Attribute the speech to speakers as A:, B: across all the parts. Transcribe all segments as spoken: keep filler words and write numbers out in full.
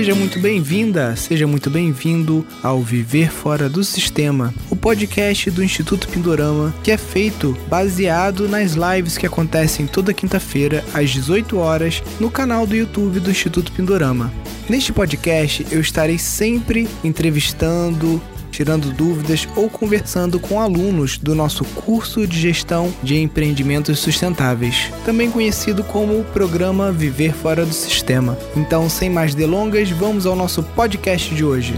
A: Seja muito bem-vinda, seja muito bem-vindo ao Viver Fora do Sistema, o podcast do Instituto Pindorama, que é feito baseado nas lives que acontecem toda quinta-feira, às dezoito horas, no canal do YouTube do Instituto Pindorama. Neste podcast, eu estarei sempre entrevistando, tirando dúvidas ou conversando com alunos do nosso curso de gestão de empreendimentos sustentáveis, também conhecido como o programa Viver Fora do Sistema. Então, sem mais delongas, vamos ao nosso podcast de hoje.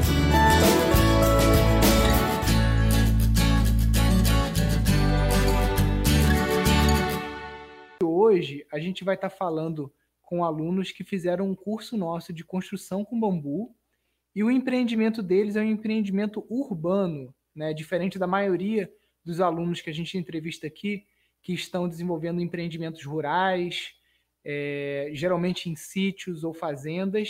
A: Hoje a gente vai estar falando com alunos que fizeram um curso nosso de construção com bambu. E o empreendimento deles é um empreendimento urbano, né? Diferente da maioria dos alunos que a gente entrevista aqui, que estão desenvolvendo empreendimentos rurais, é, geralmente em sítios ou fazendas.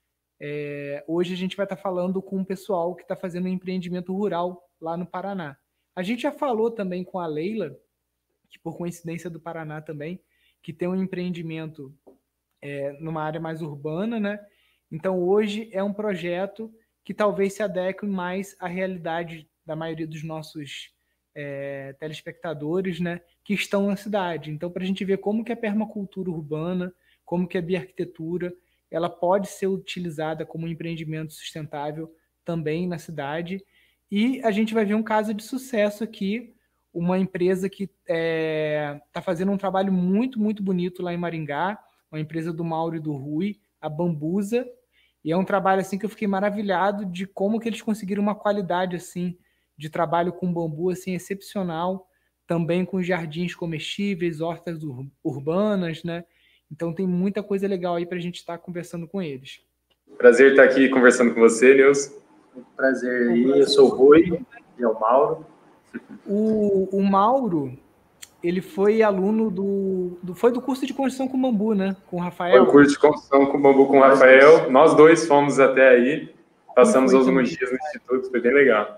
A: É, hoje a gente vai estar falando com um pessoal que está fazendo um empreendimento rural lá no Paraná. A gente já falou também com a Leila, que por coincidência do Paraná também, que tem um empreendimento é, numa área mais urbana, né? Então, hoje é um projeto que talvez se adeque mais à realidade da maioria dos nossos é, telespectadores, né, que estão na cidade. Então, para a gente ver como que a permacultura urbana, como que a bioarquitetura, ela pode ser utilizada como um empreendimento sustentável também na cidade. E a gente vai ver um caso de sucesso aqui, uma empresa que está é, fazendo um trabalho muito, muito bonito lá em Maringá, uma empresa do Mauro e do Rui, a Bambusa. E é um trabalho assim que eu fiquei maravilhado de como que eles conseguiram uma qualidade assim de trabalho com bambu assim excepcional, também com jardins comestíveis, hortas ur- urbanas, né? Então tem muita coisa legal aí para a gente estar conversando com eles.
B: Prazer estar aqui conversando com você, Nilson.
C: Prazer aí, eu sou o Rui e é o Mauro.
A: O, o Mauro, ele foi aluno do, do... Foi do curso de construção com bambu, né? Com o Rafael.
B: Foi o curso de construção com bambu com o Rafael. Nós dois fomos até aí. Passamos alguns dias no Instituto, foi bem legal.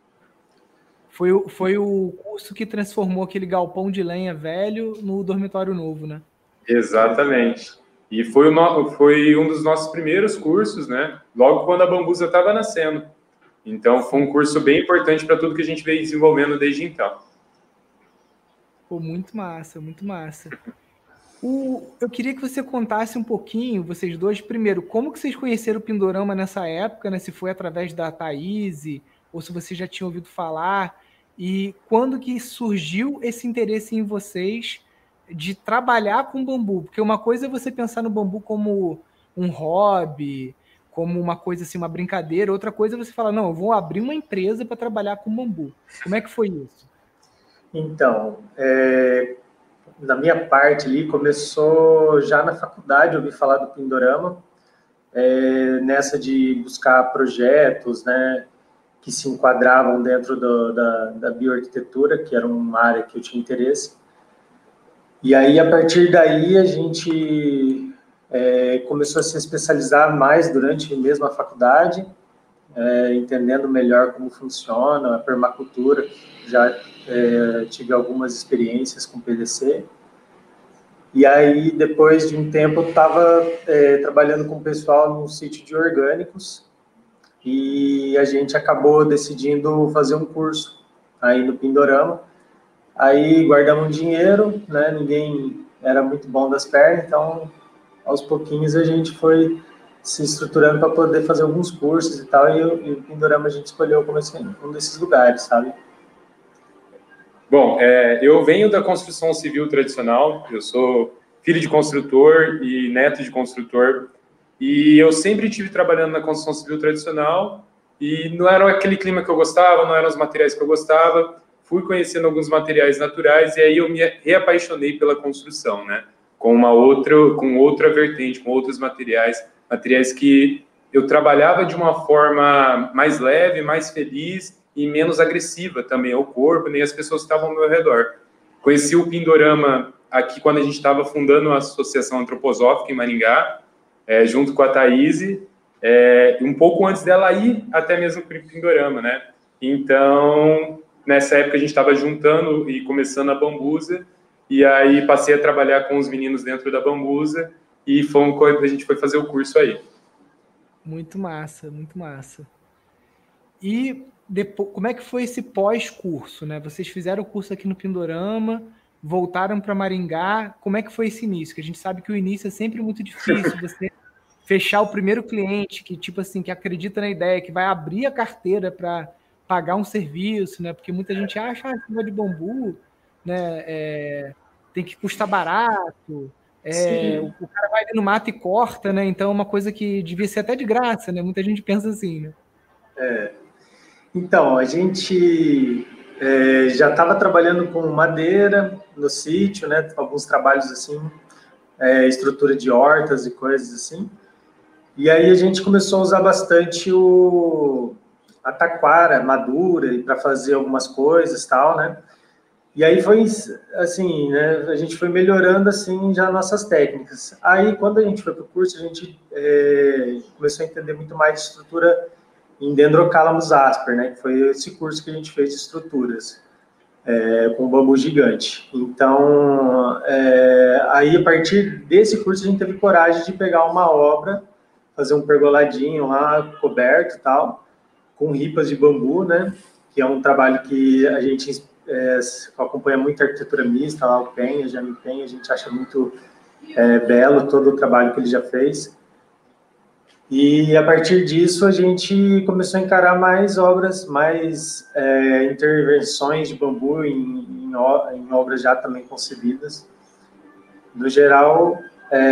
A: Foi, o- foi o curso que transformou aquele galpão de lenha velho no dormitório novo, né?
B: Exatamente. E foi, o no... foi um dos nossos primeiros cursos, né? Logo quando a Bambusa estava nascendo. Então, foi um curso bem importante para tudo que a gente veio desenvolvendo desde então.
A: Pô, muito massa, muito massa. O, eu queria que você contasse um pouquinho, vocês dois, primeiro, como que vocês conheceram o Pindorama nessa época, né? Se foi através da Thaís, ou se vocês já tinham ouvido falar, e quando que surgiu esse interesse em vocês de trabalhar com bambu? Porque uma coisa é você pensar no bambu como um hobby, como uma coisa assim, uma brincadeira, outra coisa é você falar, não, eu vou abrir uma empresa para trabalhar com bambu. Como é que foi isso?
C: Então, é, na minha parte ali, começou já na faculdade, eu ouvi falar do Pindorama, é, nessa de buscar projetos, né, que se enquadravam dentro do, da, da bioarquitetura, que era uma área que eu tinha interesse. E aí, a partir daí, a gente é, começou a se especializar mais durante mesmo a faculdade, é, entendendo melhor como funciona a permacultura. Já é, tive algumas experiências com P V C. E aí, depois de um tempo, eu estava é, trabalhando com o pessoal num sítio de orgânicos e a gente acabou decidindo fazer um curso aí no Pindorama. Aí guardamos um dinheiro, né? Ninguém era muito bom das pernas, então aos pouquinhos a gente foi se estruturando para poder fazer alguns cursos e tal, e, e o Pindorama a gente escolheu como esse, um desses lugares, sabe?
B: Bom, é, eu venho da construção civil tradicional, eu sou filho de construtor e neto de construtor, e eu sempre estive trabalhando na construção civil tradicional, e não era aquele clima que eu gostava, não eram os materiais que eu gostava, fui conhecendo alguns materiais naturais, e aí eu me reapaixonei pela construção, né? Com uma outra, com outra vertente, com outros materiais, materiais que eu trabalhava de uma forma mais leve, mais feliz, e menos agressiva também ao corpo, nem as pessoas que estavam ao meu redor. Conheci o Pindorama aqui quando a gente estava fundando a Associação Antroposófica em Maringá, é, junto com a Thaís, é, um pouco antes dela ir até mesmo para o Pindorama, né? Então, nessa época a gente estava juntando e começando a Bambusa, e aí passei a trabalhar com os meninos dentro da Bambusa, e foi quando a gente foi fazer o curso aí.
A: Muito massa, muito massa. E depois, como é que foi esse pós-curso, né? Vocês fizeram o curso aqui no Pindorama, voltaram para Maringá. Como é que foi esse início? Que a gente sabe que o início é sempre muito difícil. Você fechar o primeiro cliente que, tipo assim, que acredita na ideia, que vai abrir a carteira para pagar um serviço, né? Porque muita gente acha, ah, esse negócio de bambu, né? É, tem que custar barato. É, o,
C: Sim.
A: o cara vai ali no mato e corta, né? Então é uma coisa que devia ser até de graça, né? Muita gente pensa assim, né?
C: É. Então, a gente é, já estava trabalhando com madeira no sítio, né? Alguns trabalhos assim, é, estrutura de hortas e coisas assim. E aí a gente começou a usar bastante o a taquara madura para fazer algumas coisas, tal, né? E aí foi assim, né? A gente foi melhorando assim já nossas técnicas. Aí quando a gente foi para o curso, a gente é, começou a entender muito mais de estrutura em Dendrocalamus asper, né? Que foi esse curso que a gente fez de estruturas é, com bambu gigante. Então, é, aí a partir desse curso a gente teve coragem de pegar uma obra, fazer um pergoladinho lá coberto e tal, com ripas de bambu, né? Que é um trabalho que a gente é, acompanha muito a arquitetura mista, lá o Penha, Jami Penha, a gente acha muito é, belo todo o trabalho que ele já fez. E a partir disso a gente começou a encarar mais obras, mais é, intervenções de bambu em, em, em obras já também concebidas. No geral,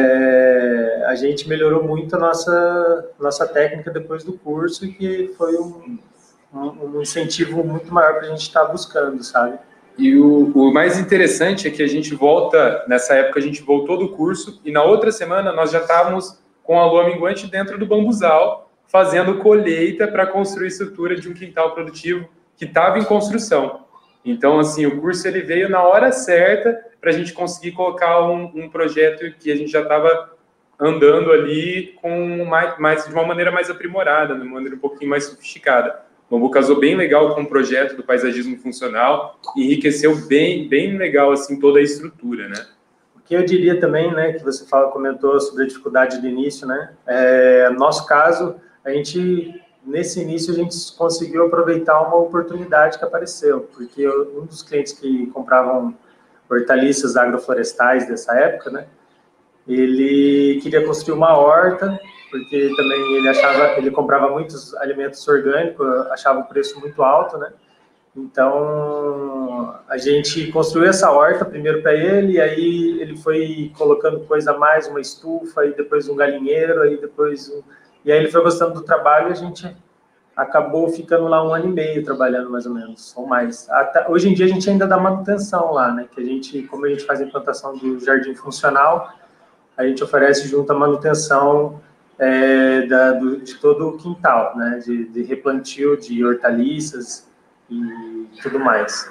C: é, a gente melhorou muito a nossa, nossa técnica depois do curso, e que foi um, um, um incentivo muito maior para a gente estar buscando, sabe?
B: E o, o mais interessante é que a gente volta, nessa época a gente voltou do curso, e na outra semana nós já estávamos com a lua minguante dentro do bambuzal, fazendo colheita para construir estrutura de um quintal produtivo que estava em construção. Então, assim, o curso ele veio na hora certa para a gente conseguir colocar um, um projeto que a gente já estava andando ali com mais, mais, de uma maneira mais aprimorada, de uma maneira um pouquinho mais sofisticada. O bambu casou bem legal com o projeto do paisagismo funcional, enriqueceu bem, bem legal assim toda a estrutura, né?
C: O que eu diria também, né, que você fala, comentou sobre a dificuldade do início, né? É, no nosso caso, a gente nesse início a gente conseguiu aproveitar uma oportunidade que apareceu, porque um dos clientes que compravam hortaliças agroflorestais dessa época, né, ele queria construir uma horta, porque também ele achava, ele comprava muitos alimentos orgânicos, achava o preço muito alto, né? Então, a gente construiu essa horta primeiro para ele, e aí ele foi colocando coisa a mais, uma estufa, e depois um galinheiro, aí depois um... E aí ele foi gostando do trabalho, e a gente acabou ficando lá um ano e meio trabalhando, mais ou menos, ou mais. Até, hoje em dia a gente ainda dá manutenção lá, né? Que a gente, como a gente faz a implantação do jardim funcional, a gente oferece junto a manutenção é, da, do, de todo o quintal, né? De, de replantio de hortaliças e tudo mais.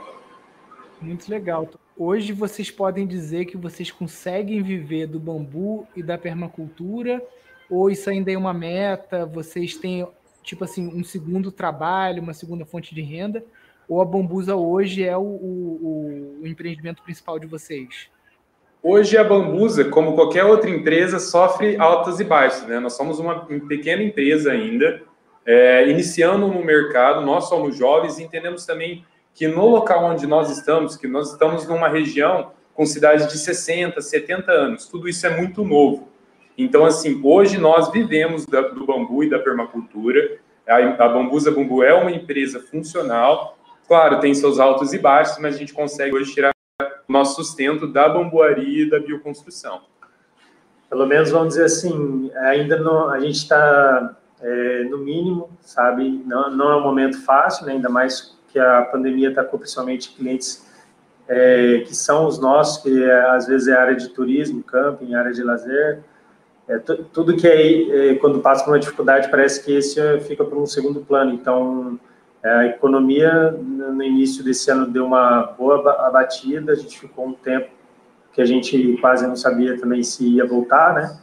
A: Muito legal. Hoje vocês podem dizer que vocês conseguem viver do bambu e da permacultura, ou isso ainda é uma meta? Vocês têm, tipo assim, um segundo trabalho, uma segunda fonte de renda, ou a Bambusa hoje é o, o, o empreendimento principal de vocês?
B: Hoje a Bambusa, como qualquer outra empresa, sofre altas e baixas, né? Nós somos uma pequena empresa ainda, é, iniciando no mercado, nós somos jovens e entendemos também que no local onde nós estamos, que nós estamos numa região com cidades de sessenta, setenta anos, tudo isso é muito novo. Então, assim, hoje nós vivemos da, do bambu e da permacultura, a, a Bambusa Bambu é uma empresa funcional, claro, tem seus altos e baixos, mas a gente consegue hoje tirar nosso sustento da bambuaria e da bioconstrução.
C: Pelo menos, vamos dizer assim, ainda não, a gente está é, no mínimo, sabe, não, não é um momento fácil, né? Ainda mais que a pandemia atacou principalmente clientes é, que são os nossos, que é, às vezes é área de turismo, camping, área de lazer, é, tudo que é, é, quando passa por uma dificuldade, parece que esse fica por um segundo plano. Então, a economia, no início desse ano, deu uma boa abatida, a gente ficou um tempo que a gente quase não sabia também se ia voltar, né?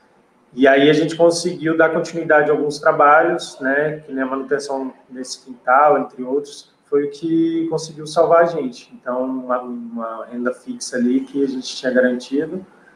C: E aí a gente conseguiu dar continuidade a alguns trabalhos, né? Que nem a manutenção nesse quintal, entre outros, foi o que conseguiu salvar a gente. Então, uma, uma renda fixa ali que a gente tinha garantido,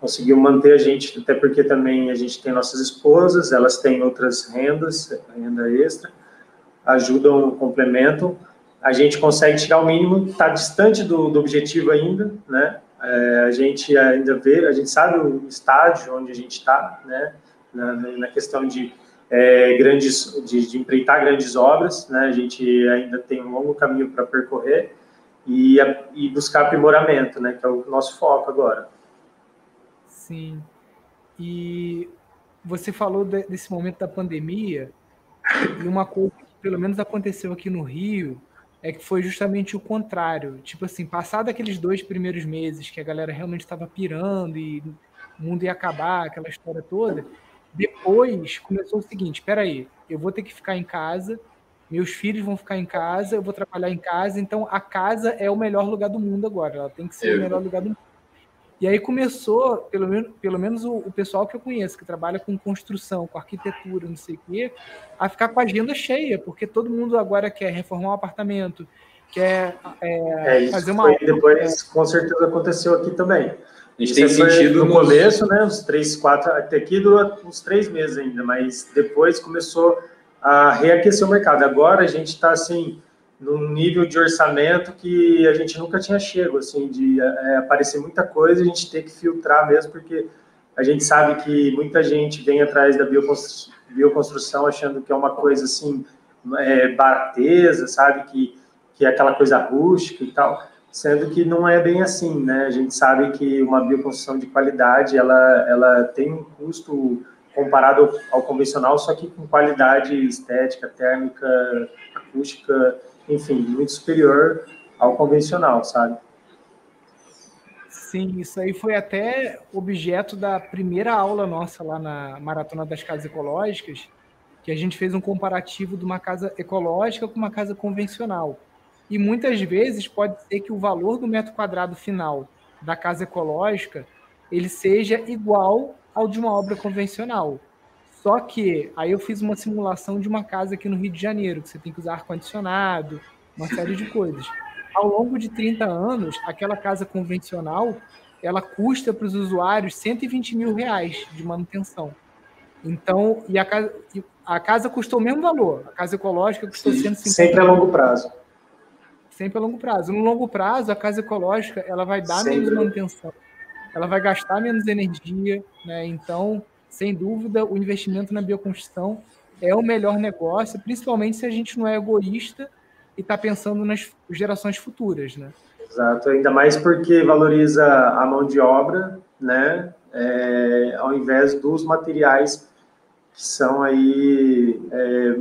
C: conseguiu manter a gente, até porque também a gente tem nossas esposas, elas têm outras rendas, renda extra, ajudam, complementam. A gente consegue tirar o mínimo, está distante do, do objetivo ainda, né? É, a gente ainda vê, a gente sabe o estágio onde a gente está, né? Na, na questão de é, grandes, de, de empreitar grandes obras, né? A gente ainda tem um longo caminho para percorrer e, e buscar aprimoramento, né? Que é o nosso foco agora.
A: Sim. E você falou de, desse momento da pandemia, e uma coisa que pelo menos aconteceu aqui no Rio é que foi justamente o contrário. Tipo assim, passado aqueles dois primeiros meses que a galera realmente estava pirando e o mundo ia acabar, aquela história toda, depois começou o seguinte, espera aí, eu vou ter que ficar em casa, meus filhos vão ficar em casa, eu vou trabalhar em casa, então a casa é o melhor lugar do mundo agora, ela tem que ser eu. o melhor lugar do mundo. E aí começou, pelo menos, pelo menos o, o pessoal que eu conheço, que trabalha com construção, com arquitetura, não sei o quê, a ficar com a agenda cheia, porque todo mundo agora quer reformar um apartamento, quer é,
C: é, isso
A: fazer uma...
C: Foi, depois, com certeza, aconteceu aqui também.
B: A gente tem sentido
C: no começo, né, uns três, quatro, até aqui dura uns três meses ainda, mas depois começou a reaquecer o mercado. Agora a gente está, assim, num nível de orçamento que a gente nunca tinha chego, assim, de é, aparecer muita coisa, a gente tem que filtrar mesmo, porque a gente sabe que muita gente vem atrás da bioconstru bioconstrução achando que é uma coisa, assim, é, barateza, sabe, que, que é aquela coisa rústica e tal, sendo que não é bem assim, né? A gente sabe que uma bioconstrução de qualidade, ela, ela tem um custo comparado ao, ao convencional, só que com qualidade estética, térmica, acústica, enfim, muito superior ao convencional, sabe?
A: Sim, isso aí foi até objeto da primeira aula nossa lá na Maratona das Casas Ecológicas, que a gente fez um comparativo de uma casa ecológica com uma casa convencional. E muitas vezes pode ser que o valor do metro quadrado final da casa ecológica ele seja igual ao de uma obra convencional. Só que aí eu fiz uma simulação de uma casa aqui no Rio de Janeiro, que você tem que usar ar-condicionado, uma série de coisas. Ao longo de trinta anos, aquela casa convencional, ela custa para os usuários cento e vinte mil reais de manutenção. Então, e a casa, a casa custou o mesmo valor. A casa ecológica custou cento e cinquenta.
C: Sempre a longo prazo.
A: Sempre a longo prazo. No longo prazo, a casa ecológica ela vai dar
C: Sempre.
A: menos manutenção, ela vai gastar menos energia, né? Então, sem dúvida, o investimento na bioconstrução é o melhor negócio, principalmente se a gente não é egoísta e está pensando nas gerações futuras, né?
C: Exato, ainda mais porque valoriza a mão de obra, né? É, ao invés dos materiais que são aí é,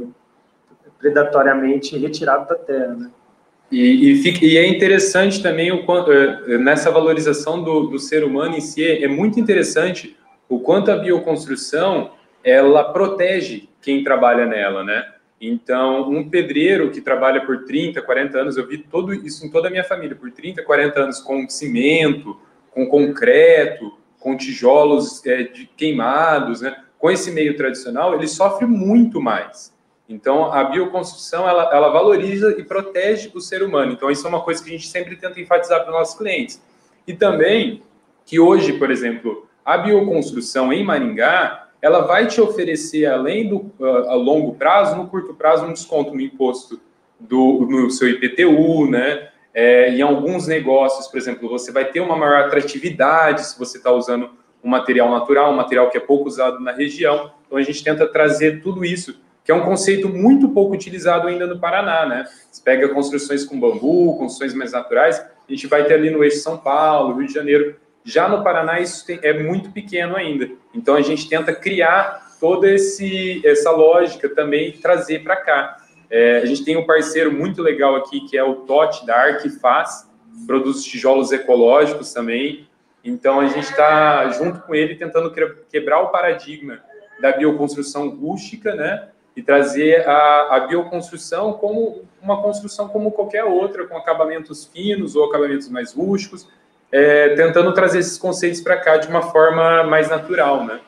C: predatoriamente retirados da terra, né?
B: E, e, fica, e é interessante também o quanto, nessa valorização do, do ser humano em si, é muito interessante o quanto a bioconstrução ela protege quem trabalha nela, né? Então, um pedreiro que trabalha por trinta, quarenta anos, eu vi todo isso em toda a minha família, por trinta, quarenta anos com cimento, com concreto, com tijolos é, de queimados, né? Com esse meio tradicional, ele sofre muito mais. Então, a bioconstrução, ela, ela valoriza e protege o ser humano. Então, isso é uma coisa que a gente sempre tenta enfatizar para os nossos clientes. E também que hoje, por exemplo, a bioconstrução em Maringá, ela vai te oferecer, além do uh, a longo prazo, no curto prazo, um desconto no imposto do, no seu I P T U, né? É, em alguns negócios, por exemplo, você vai ter uma maior atratividade se você está usando um material natural, um material que é pouco usado na região. Então, a gente tenta trazer tudo isso, que é um conceito muito pouco utilizado ainda no Paraná, né? Você pega construções com bambu, construções mais naturais, a gente vai ter ali no eixo São Paulo, Rio de Janeiro. Já no Paraná, isso tem, é muito pequeno ainda. Então, a gente tenta criar toda esse, essa lógica também e trazer para cá. É, a gente tem um parceiro muito legal aqui, que é o Totti, da Arquifaz, produz tijolos ecológicos também. Então, a gente está junto com ele tentando quebrar o paradigma da bioconstrução rústica, né? E trazer a, a bioconstrução como uma construção como qualquer outra, com acabamentos finos ou acabamentos mais rústicos, é, tentando trazer esses conceitos para cá de uma forma mais natural, né?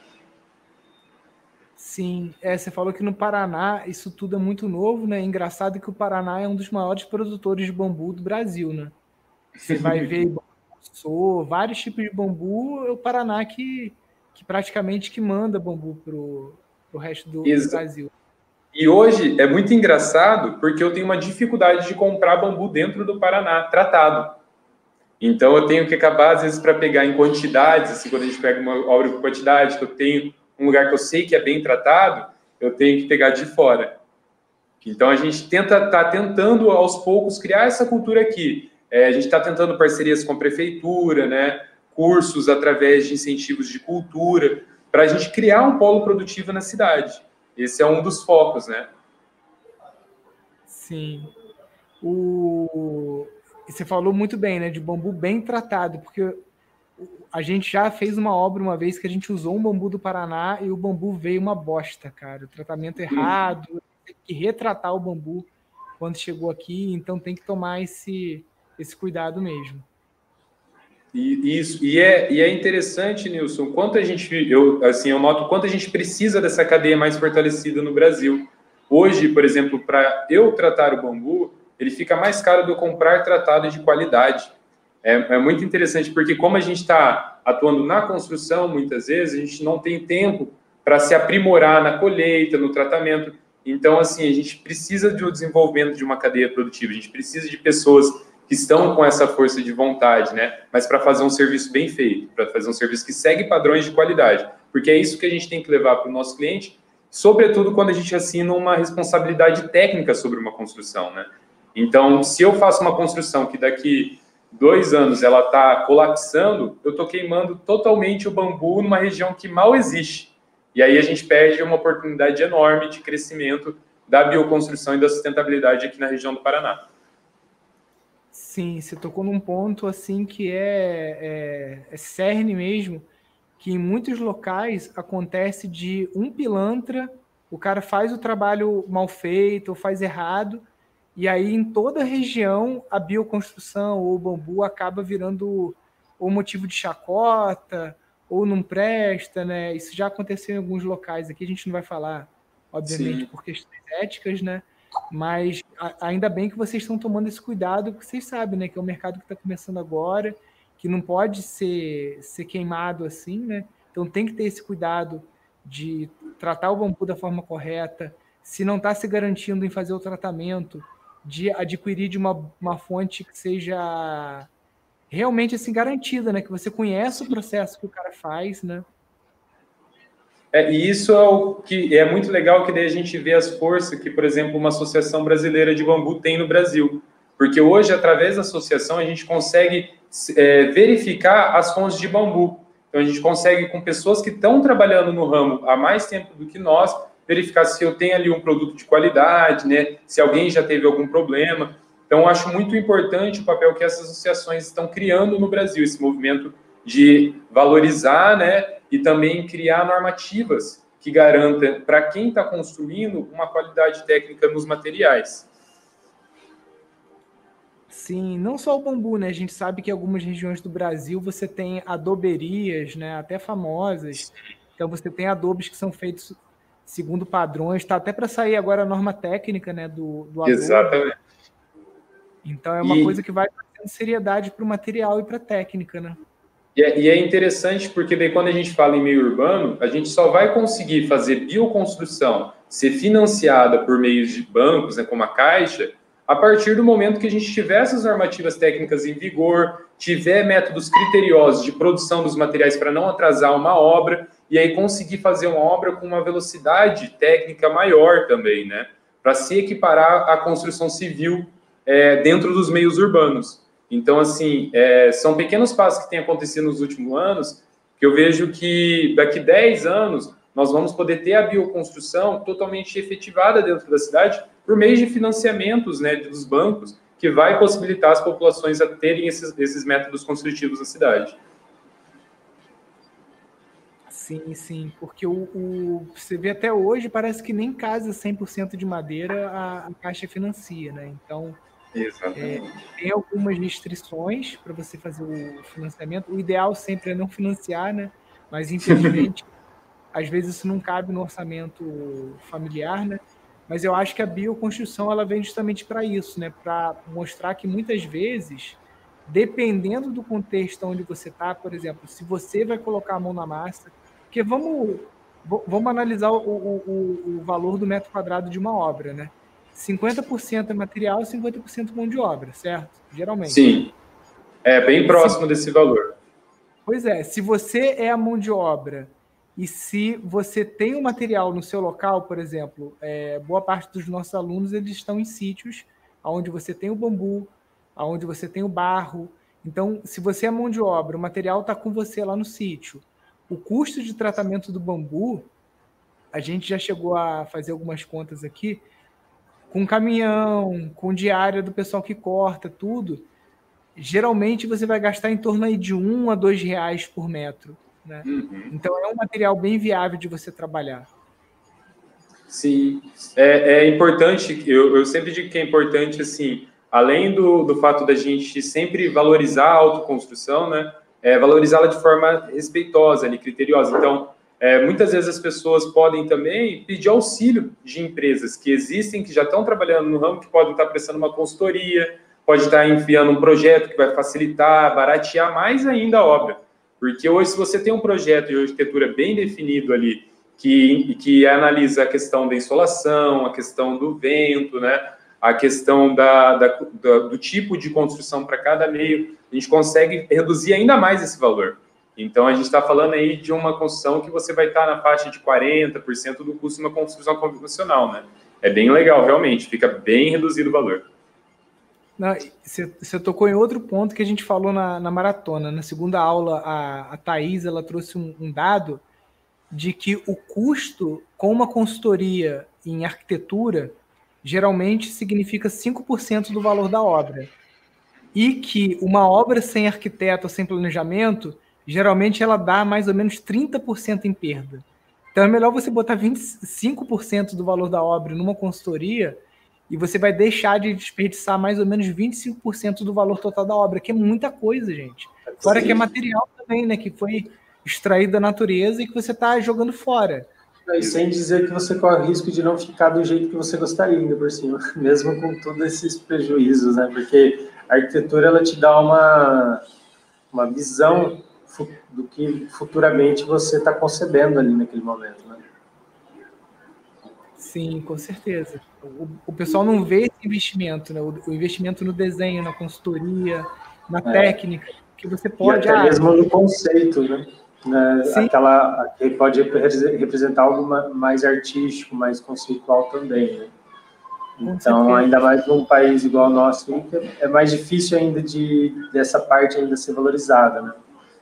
A: Sim, é, você falou que no Paraná isso tudo é muito novo, né? Engraçado que o Paraná é um dos maiores produtores de bambu do Brasil, né? Você vai ver sou, vários tipos de bambu, é o Paraná que, que praticamente que manda bambu para o resto do, do Brasil.
B: E hoje é muito engraçado porque eu tenho uma dificuldade de comprar bambu dentro do Paraná, tratado. Então eu tenho que acabar, às vezes, para pegar em quantidades, assim, quando a gente pega uma obra com quantidade, que eu tenho um lugar que eu sei que é bem tratado, eu tenho que pegar de fora. Então a gente tenta, tá tentando aos poucos criar essa cultura aqui. É, a gente está tentando parcerias com a prefeitura, né, cursos através de incentivos de cultura, para a gente criar um polo produtivo na cidade. Esse é um dos focos, né?
A: Sim. O... Você falou muito bem, né, de bambu bem tratado, porque a gente já fez uma obra uma vez que a gente usou um bambu do Paraná e o bambu veio uma bosta, cara. O tratamento errado, tem que retratar o bambu quando chegou aqui, então tem que tomar esse, esse cuidado mesmo.
B: E, isso, e, é, e é interessante, Nilson, quanto a gente, eu, assim, eu noto quanto a gente precisa dessa cadeia mais fortalecida no Brasil. Hoje, por exemplo, para eu tratar o bambu, ele fica mais caro do que eu comprar tratado de qualidade. É, é muito interessante, porque como a gente está atuando na construção, muitas vezes, a gente não tem tempo para se aprimorar na colheita, no tratamento. Então, assim, a gente precisa do desenvolvimento de uma cadeia produtiva, a gente precisa de pessoas que estão com essa força de vontade, né? Mas para fazer um serviço bem feito, para fazer um serviço que segue padrões de qualidade, porque é isso que a gente tem que levar para o nosso cliente, sobretudo quando a gente assina uma responsabilidade técnica sobre uma construção, né? Então, se eu faço uma construção que daqui dois anos ela está colapsando, eu estou queimando totalmente o bambu numa região que mal existe. E aí a gente perde uma oportunidade enorme de crescimento da bioconstrução e da sustentabilidade aqui na região do Paraná.
A: Sim, você tocou num ponto assim que é, é, é cerne mesmo, que em muitos locais acontece de um pilantra, o cara faz o trabalho mal feito ou faz errado, e aí em toda a região a bioconstrução ou o bambu acaba virando ou motivo de chacota, ou não presta, né? Isso já aconteceu em alguns locais aqui, a gente não vai falar, obviamente, Sim. por questões éticas, né? Mas a, ainda bem que vocês estão tomando esse cuidado, porque vocês sabem, né, que é um mercado que está começando agora, que não pode ser, ser queimado assim, né? Então tem que ter esse cuidado de tratar o bambu da forma correta, se não está se garantindo em fazer o tratamento, de adquirir de uma, uma fonte que seja realmente assim garantida, né? Que você conhece o processo que o cara faz, né?
B: É, e isso é o que é muito legal, que daí a gente vê as forças que, por exemplo, uma associação brasileira de bambu tem no Brasil. Porque hoje, através da associação, a gente consegue é, verificar as fontes de bambu. Então, a gente consegue, com pessoas que estão trabalhando no ramo há mais tempo do que nós, verificar se eu tenho ali um produto de qualidade, né? Se alguém já teve algum problema. Então, eu acho muito importante o papel que essas associações estão criando no Brasil, esse movimento de valorizar, né? E também criar normativas que garantam para quem está construindo uma qualidade técnica nos materiais.
A: Sim, não só o bambu, né? A gente sabe que em algumas regiões do Brasil você tem adoberias, né? Até famosas. Então você tem adobes que são feitos segundo padrões. Está até para sair agora a norma técnica, né? Do, do adobe.
B: Exatamente.
A: Então é uma e... coisa que vai trazendo seriedade para o material e para a técnica, né?
B: E é, e é interessante porque daí quando a gente fala em meio urbano, a gente só vai conseguir fazer bioconstrução ser financiada por meios de bancos, né, como a Caixa, a partir do momento que a gente tiver essas normativas técnicas em vigor, tiver métodos criteriosos de produção dos materiais para não atrasar uma obra, e aí conseguir fazer uma obra com uma velocidade técnica maior também, né? Para se equiparar à construção civil é, dentro dos meios urbanos. Então, assim, é, são pequenos passos que têm acontecido nos últimos anos, que eu vejo que daqui a dez anos nós vamos poder ter a bioconstrução totalmente efetivada dentro da cidade por meio de financiamentos, né, dos bancos, que vai possibilitar as populações a terem esses, esses métodos construtivos na cidade.
A: Sim, sim, porque o, o, você vê até hoje, parece que nem casa cem por cento de madeira a, a Caixa financia, né? Então, é, tem algumas restrições para você fazer o financiamento. O ideal sempre é não financiar, né? Mas, infelizmente, às vezes isso não cabe no orçamento familiar, né? Mas eu acho que a bioconstrução ela vem justamente para isso, né? Para mostrar que muitas vezes dependendo do contexto onde você está, por exemplo, se você vai colocar a mão na massa, porque vamos, vamos analisar o, o, o valor do metro quadrado de uma obra, né? cinquenta por cento é material e cinquenta por cento mão de obra, certo? Geralmente.
B: Sim, é bem próximo se, desse valor.
A: Pois é, se você é a mão de obra e se você tem o material no seu local, por exemplo, é, boa parte dos nossos alunos eles estão em sítios onde você tem o bambu, onde você tem o barro. Então, se você é mão de obra, o material está com você lá no sítio. O custo de tratamento do bambu, a gente já chegou a fazer algumas contas aqui, com caminhão, com diária do pessoal que corta, tudo, geralmente você vai gastar em torno aí de um a dois reais por metro, né? Uhum. Então é um material bem viável de você trabalhar.
B: Sim, é, é importante, eu, eu sempre digo que é importante, assim, além do, do fato da gente sempre valorizar a autoconstrução, né, é, valorizá-la de forma respeitosa, ali, criteriosa. Então, é, muitas vezes as pessoas podem também pedir auxílio de empresas que existem, que já estão trabalhando no ramo, que podem estar prestando uma consultoria, pode estar enviando um projeto que vai facilitar, baratear mais ainda a obra. Porque hoje, se você tem um projeto de arquitetura bem definido ali, que, que analisa a questão da insolação, a questão do vento, né, a questão da, da, da, do tipo de construção para cada meio, a gente consegue reduzir ainda mais esse valor. Então, a gente está falando aí de uma construção que você vai estar na faixa de quarenta por cento do custo de uma construção convencional, né? É bem legal, realmente, fica bem reduzido o valor.
A: Você tocou em outro ponto que a gente falou na, na maratona. Na segunda aula, a, a Thaís, ela trouxe um, um dado de que o custo com uma consultoria em arquitetura geralmente significa cinco por cento do valor da obra. E que uma obra sem arquiteto, sem planejamento, geralmente ela dá mais ou menos trinta por cento em perda. Então é melhor você botar vinte e cinco por cento do valor da obra numa consultoria e você vai deixar de desperdiçar mais ou menos vinte e cinco por cento do valor total da obra, que é muita coisa, gente. Fora que é material também, né? Que foi extraído da natureza e que você está jogando fora.
C: E sem dizer que você corre risco de não ficar do jeito que você gostaria, ainda por cima, mesmo com todos esses prejuízos, né? Porque a arquitetura, ela te dá uma, uma visão do que futuramente você está concebendo ali naquele momento, né?
A: Sim, com certeza. O, o pessoal não vê esse investimento, né? O, o investimento no desenho, na consultoria, na é. técnica, que você pode...
C: E até ah, mesmo no conceito, né? né? Aquela que pode representar algo mais artístico, mais conceitual também, né? Então, ainda mais num país igual ao nosso, é mais difícil ainda de dessa parte ainda ser valorizada, né?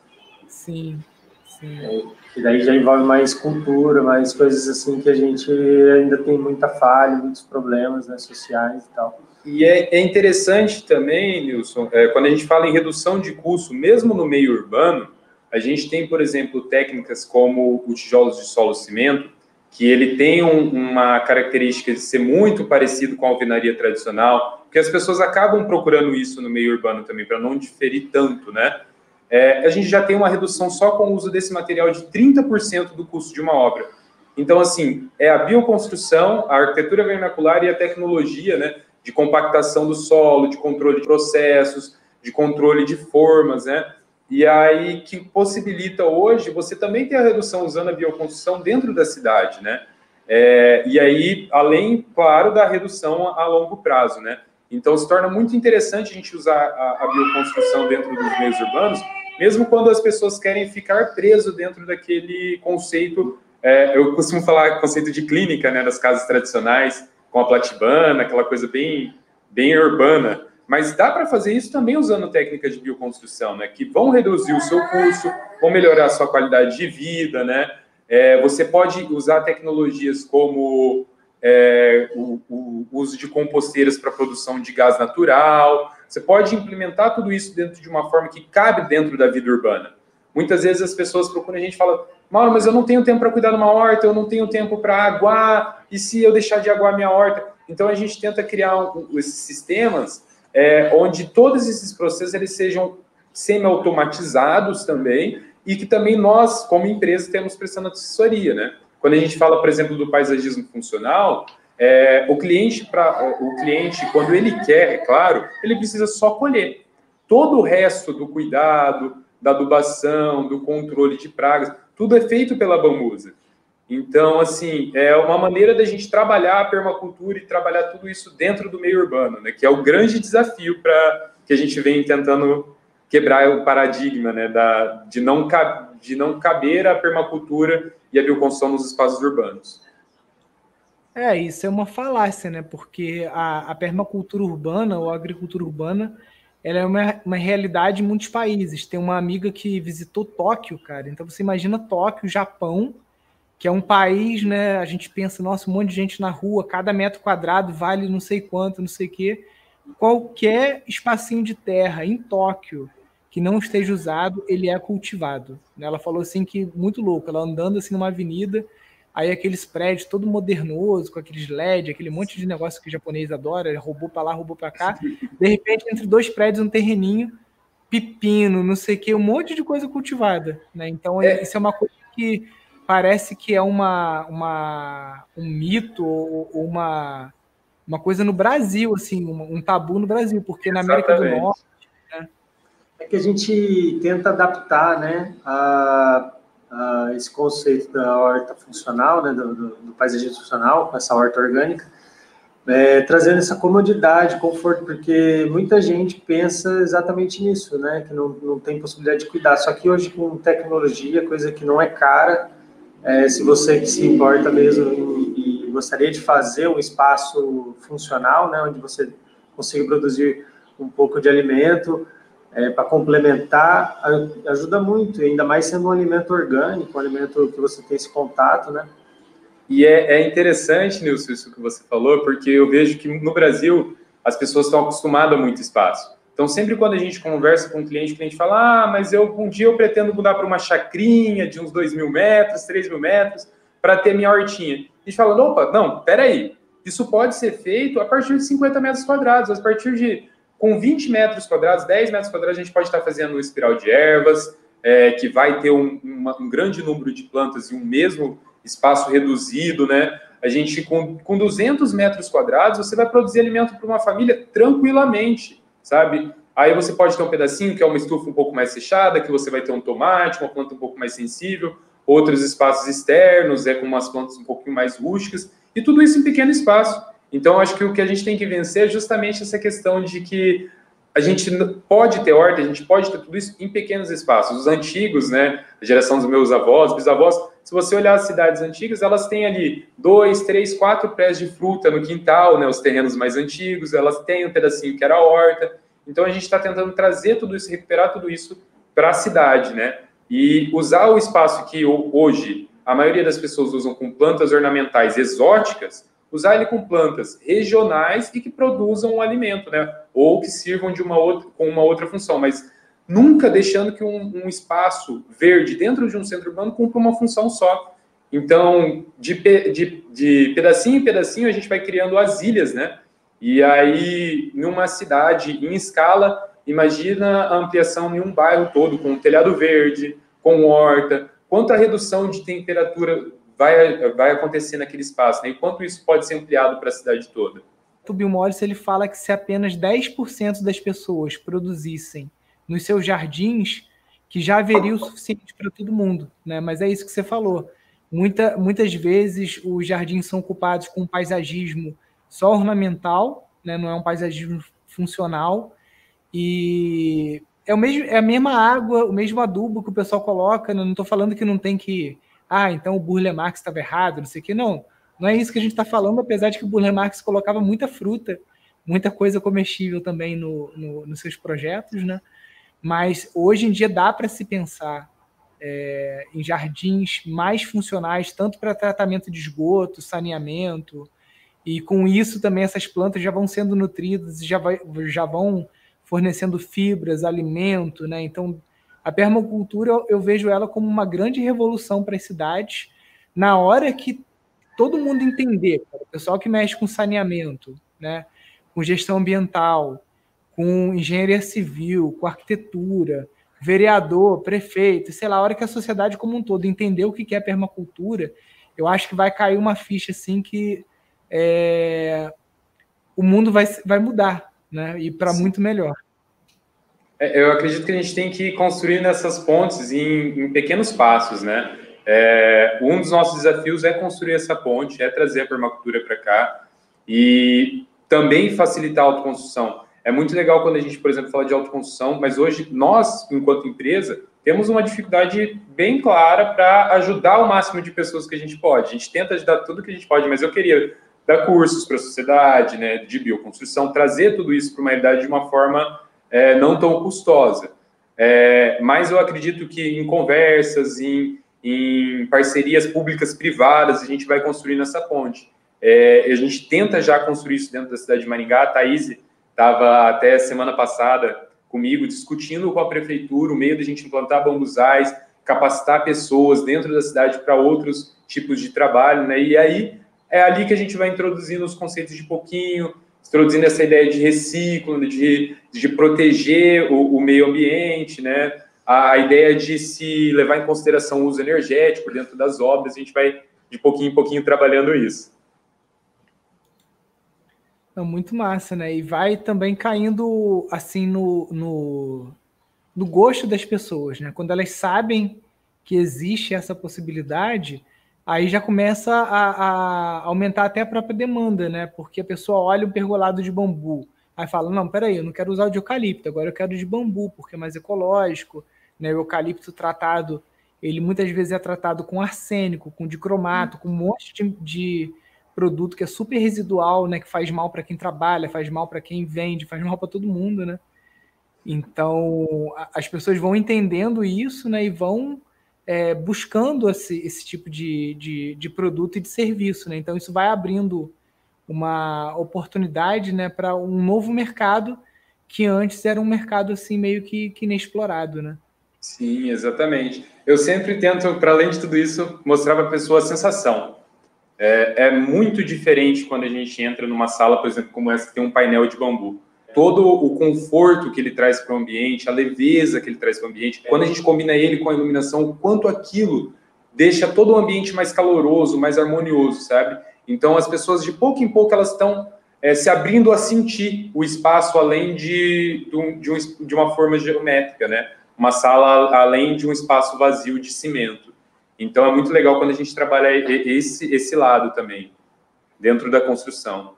A: Sim, sim.
C: É, e daí já envolve mais cultura, mais coisas assim que a gente ainda tem muita falha, muitos problemas, né, sociais e tal.
B: E é, é interessante também, Nilson, é, quando a gente fala em redução de custo, mesmo no meio urbano, a gente tem, por exemplo, técnicas como o tijolos de solo cimento, que ele tem um, uma característica de ser muito parecido com a alvenaria tradicional, porque as pessoas acabam procurando isso no meio urbano também, para não diferir tanto, né? É, a gente já tem uma redução só com o uso desse material de trinta por cento do custo de uma obra. Então, assim, é a bioconstrução, a arquitetura vernacular e a tecnologia, né, de compactação do solo, de controle de processos, de controle de formas, né? E aí que possibilita hoje você também ter a redução usando a bioconstrução dentro da cidade, né? É, e aí, além, claro, da redução a, a longo prazo, né? Então, se torna muito interessante a gente usar a, a bioconstrução dentro dos meios urbanos, mesmo quando as pessoas querem ficar preso dentro daquele conceito, é, eu costumo falar conceito de clínica, né, das casas tradicionais, com a platibana, aquela coisa bem, bem urbana. Mas dá para fazer isso também usando técnicas de bioconstrução, né, que vão reduzir o seu custo, vão melhorar a sua qualidade de vida, né? É, você pode usar tecnologias como é, o, o uso de composteiras para produção de gás natural. Você pode implementar tudo isso dentro de uma forma que cabe dentro da vida urbana. Muitas vezes as pessoas procuram a gente e falam, Mauro, mas eu não tenho tempo para cuidar de uma horta, eu não tenho tempo para aguar, e se eu deixar de aguar minha horta? Então a gente tenta criar um, esses sistemas é, onde todos esses processos eles sejam semi-automatizados também, e que também nós, como empresa, temos prestando assessoria, né? Quando a gente fala, por exemplo, do paisagismo funcional, é, o cliente, pra, o cliente, quando ele quer, é claro, ele precisa só colher. todo o resto do cuidado, da adubação, do controle de pragas, tudo é feito pela Bambusa. Então, assim, é uma maneira da gente trabalhar a permacultura e trabalhar tudo isso dentro do meio urbano, né? Que é o grande desafio para que a gente vem tentando quebrar o paradigma, né? Da, de, não, de não caber a permacultura e a bioconstrução nos espaços urbanos.
A: É, isso é uma falácia, né? Porque a, a permacultura urbana ou a agricultura urbana, ela é uma, uma realidade em muitos países. Tem uma amiga que visitou Tóquio, cara. Então você imagina Tóquio, Japão, que é um país, né? A gente pensa, nossa, um monte de gente na rua, cada metro quadrado vale não sei quanto, não sei o quê. Qualquer espacinho de terra em Tóquio que não esteja usado, ele é cultivado. Ela falou assim que muito louco, ela andando assim numa avenida, aí aqueles prédios todo modernoso, com aqueles L E D, aquele monte de negócio que o japonês adora, roubou para lá, roubou para cá. De repente, entre dois prédios, um terreninho, pepino, não sei o quê, um monte de coisa cultivada, né? Então, é. isso é uma coisa que parece que é uma, uma, um mito ou uma, uma coisa no Brasil, assim, um, um tabu no Brasil, porque na América Exatamente. do Norte... Né?
C: É que a gente tenta adaptar, né, a... Uh, esse conceito da horta funcional, né, do, do, do paisagismo funcional, com essa horta orgânica, é, trazendo essa comodidade, conforto, porque muita gente pensa exatamente nisso, né, que não, não tem possibilidade de cuidar. Só que hoje, com tecnologia, coisa que não é cara, é, se você que se importa mesmo e, e gostaria de fazer um espaço funcional, né, onde você consiga produzir um pouco de alimento, É, para complementar, ajuda muito, ainda mais sendo um alimento orgânico, um alimento que você tem esse contato, né?
B: E é, é interessante, Nilson, isso que você falou, porque eu vejo que no Brasil as pessoas estão acostumadas a muito espaço. Então, sempre quando a gente conversa com um cliente, o cliente fala, ah, mas eu, um dia eu pretendo mudar para uma chacrinha de uns dois mil metros, três mil metros, para ter minha hortinha. A gente fala, opa, não, peraí, isso pode ser feito a partir de cinquenta metros quadrados, a partir de... Com vinte metros quadrados, dez metros quadrados, a gente pode estar fazendo um espiral de ervas, é, que vai ter um, uma, um grande número de plantas em um mesmo espaço reduzido, né? A gente, com, com duzentos metros quadrados, você vai produzir alimento para uma família tranquilamente, sabe? Aí você pode ter um pedacinho que é uma estufa um pouco mais fechada, que você vai ter um tomate, uma planta um pouco mais sensível, outros espaços externos, é com umas plantas um pouquinho mais rústicas, e tudo isso em pequeno espaço. Então, acho que o que a gente tem que vencer é justamente essa questão de que a gente pode ter horta, a gente pode ter tudo isso em pequenos espaços. Os antigos, né, a geração dos meus avós, bisavós, se você olhar as cidades antigas, elas têm ali dois, três, quatro pés de fruta no quintal, né, os terrenos mais antigos, elas têm um pedacinho que era horta. Então, a gente está tentando trazer tudo isso, recuperar tudo isso para a cidade, né, e usar o espaço que hoje a maioria das pessoas usam com plantas ornamentais exóticas, usar ele com plantas regionais e que produzam um alimento, né? Ou que sirvam de uma outra, com uma outra função, mas nunca deixando que um, um espaço verde dentro de um centro urbano cumpra uma função só. Então, de, de, de pedacinho em pedacinho, a gente vai criando as ilhas, né? E aí, numa cidade em escala, imagina a ampliação em um bairro todo, com um telhado verde, com horta, quanto a redução de temperatura vai, vai acontecer naquele espaço, né? E quanto isso pode ser ampliado para a cidade toda.
A: O Bill Morris, ele fala que se apenas dez por cento das pessoas produzissem nos seus jardins, que já haveria o suficiente para todo mundo, né? Mas é isso que você falou. Muita, muitas vezes os jardins são ocupados com um paisagismo só ornamental, né? Não é um paisagismo funcional, e é, o mesmo, é a mesma água, o mesmo adubo que o pessoal coloca. Não estou falando que não tem que... Ah, então o Burle Marx estava errado, não sei o quê. Não, não é isso que a gente está falando, apesar de que o Burle Marx colocava muita fruta, muita coisa comestível também no, no, nos seus projetos, né? Mas hoje em dia dá para se pensar é, em jardins mais funcionais, tanto para tratamento de esgoto, saneamento, e com isso também essas plantas já vão sendo nutridas e já, vai, já vão fornecendo fibras, alimento, né? Então, a permacultura, eu vejo ela como uma grande revolução para as cidades, na hora que todo mundo entender, o pessoal que mexe com saneamento, né, com gestão ambiental, com engenharia civil, com arquitetura, vereador, prefeito, sei lá, a hora que a sociedade como um todo entender o que é permacultura, eu acho que vai cair uma ficha assim que é, o mundo vai, vai mudar, né, e para muito melhor.
B: É, eu acredito que a gente tem que ir construindo essas pontes em, em pequenos passos, né? É, um dos nossos desafios é construir essa ponte, é trazer a permacultura para cá e também facilitar a autoconstrução. É muito legal quando a gente, por exemplo, fala de autoconstrução, mas hoje nós, enquanto empresa, temos uma dificuldade bem clara para ajudar o máximo de pessoas que a gente pode. A gente tenta ajudar tudo que a gente pode, mas eu queria dar cursos para a sociedade, né, de bioconstrução, trazer tudo isso para uma realidade de uma forma é, não tão custosa. É, mas eu acredito que em conversas, em, em parcerias públicas-privadas, a gente vai construindo essa ponte. É, a gente tenta já construir isso dentro da cidade de Maringá. A Thaís estava até semana passada comigo discutindo com a prefeitura o meio da gente implantar bambuzais, capacitar pessoas dentro da cidade para outros tipos de trabalho, né? E aí é ali que a gente vai introduzindo os conceitos de pouquinho, introduzindo essa ideia de reciclo, de, de proteger o, o meio ambiente, né? A, a ideia de se levar em consideração o uso energético dentro das obras, a gente vai de pouquinho em pouquinho trabalhando isso.
A: É muito massa, né? E vai também caindo assim no, no, no gosto das pessoas, né? Quando elas sabem que existe essa possibilidade, aí já começa a, a aumentar até a própria demanda, né? Porque a pessoa olha um pergolado de bambu, aí fala, não, peraí, eu não quero usar o de eucalipto, agora eu quero de bambu, porque é mais ecológico, né? O eucalipto tratado, ele muitas vezes é tratado com arsênico, com dicromato, com um monte de... de produto que é super residual, né, que faz mal para quem trabalha, faz mal para quem vende, faz mal para todo mundo, né? Então, a, as pessoas vão entendendo isso, né, e vão é, buscando esse, esse tipo de, de, de produto e de serviço, né? Então, isso vai abrindo uma oportunidade, né, para um novo mercado que antes era um mercado assim meio que, que inexplorado, né?
B: Sim, exatamente. Eu sempre tento, para além de tudo isso, mostrar para a pessoa a sensação. É, é muito diferente quando a gente entra numa sala, por exemplo, como essa, que tem um painel de bambu. Todo o conforto que ele traz para o ambiente, a leveza que ele traz para o ambiente, quando a gente combina ele com a iluminação, o quanto aquilo deixa todo o ambiente mais caloroso, mais harmonioso, sabe? Então, as pessoas, de pouco em pouco, elas estão é, se abrindo a sentir o espaço além de, de, um, de uma forma geométrica, né? Uma sala além de um espaço vazio de cimento. Então, é muito legal quando a gente trabalha esse, esse lado também, dentro da construção.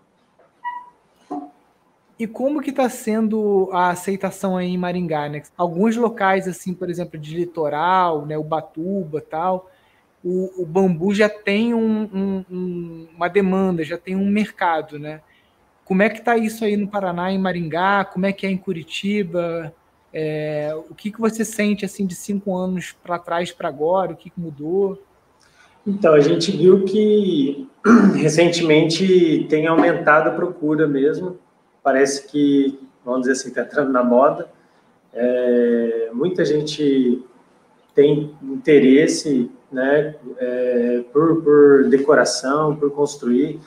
A: E como que está sendo a aceitação aí em Maringá, né? Alguns locais, assim, por exemplo, de litoral, né, Ubatuba e tal, o, o bambu já tem um, um, um, uma demanda, já tem um mercado, né? Como é que está isso aí no Paraná, em Maringá? Como é que é em Curitiba? É, o que, que você sente assim de cinco anos para trás para agora? O que, que mudou?
C: Então, a gente viu que recentemente tem aumentado a procura mesmo. Parece que, vamos dizer assim, está entrando na moda. É, muita gente tem interesse, né, é, por, por decoração, por construir.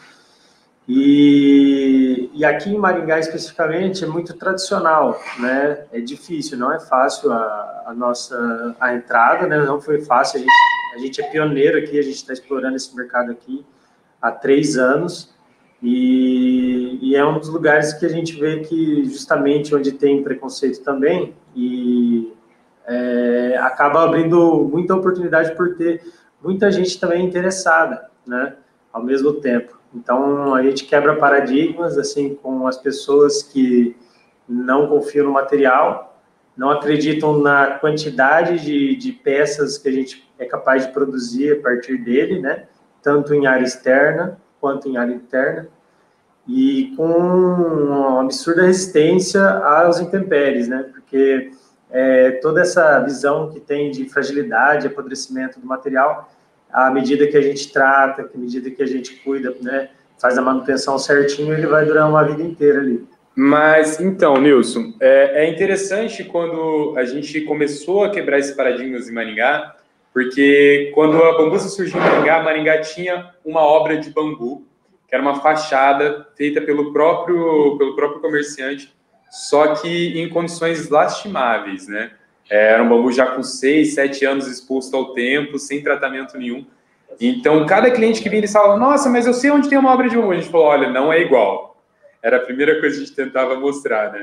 C: E, e aqui em Maringá, especificamente, é muito tradicional, né? É difícil, não é fácil a, a nossa a entrada, né? Não foi fácil, a gente, a gente é pioneiro aqui, a gente está explorando esse mercado aqui há três anos, e, e é um dos lugares que a gente vê que, justamente onde tem preconceito também, e é, acaba abrindo muita oportunidade por ter muita gente também interessada, né? Ao mesmo tempo. Então, a gente quebra paradigmas, assim, com as pessoas que não confiam no material, não acreditam na quantidade de, de peças que a gente é capaz de produzir a partir dele, né? Tanto em área externa quanto em área interna, e com uma absurda resistência aos intempéries, né? Porque é, toda essa visão que tem de fragilidade, apodrecimento do material, à medida que a gente trata, à medida que a gente cuida, né, faz a manutenção certinho, ele vai durar uma vida inteira ali.
B: Mas, então, Nilson, é, é interessante quando a gente começou a quebrar esses paradigmas em Maringá, porque quando a Bambuça surgiu em Maringá, Maringá tinha uma obra de bambu, que era uma fachada feita pelo próprio, pelo próprio comerciante, só que em condições lastimáveis, né? Era um bambu já com seis, sete anos exposto ao tempo, sem tratamento nenhum. Então, cada cliente que vinha, eles falavam, nossa, mas eu sei onde tem uma obra de bambu. A gente falou, olha, não é igual. Era a primeira coisa que a gente tentava mostrar, né?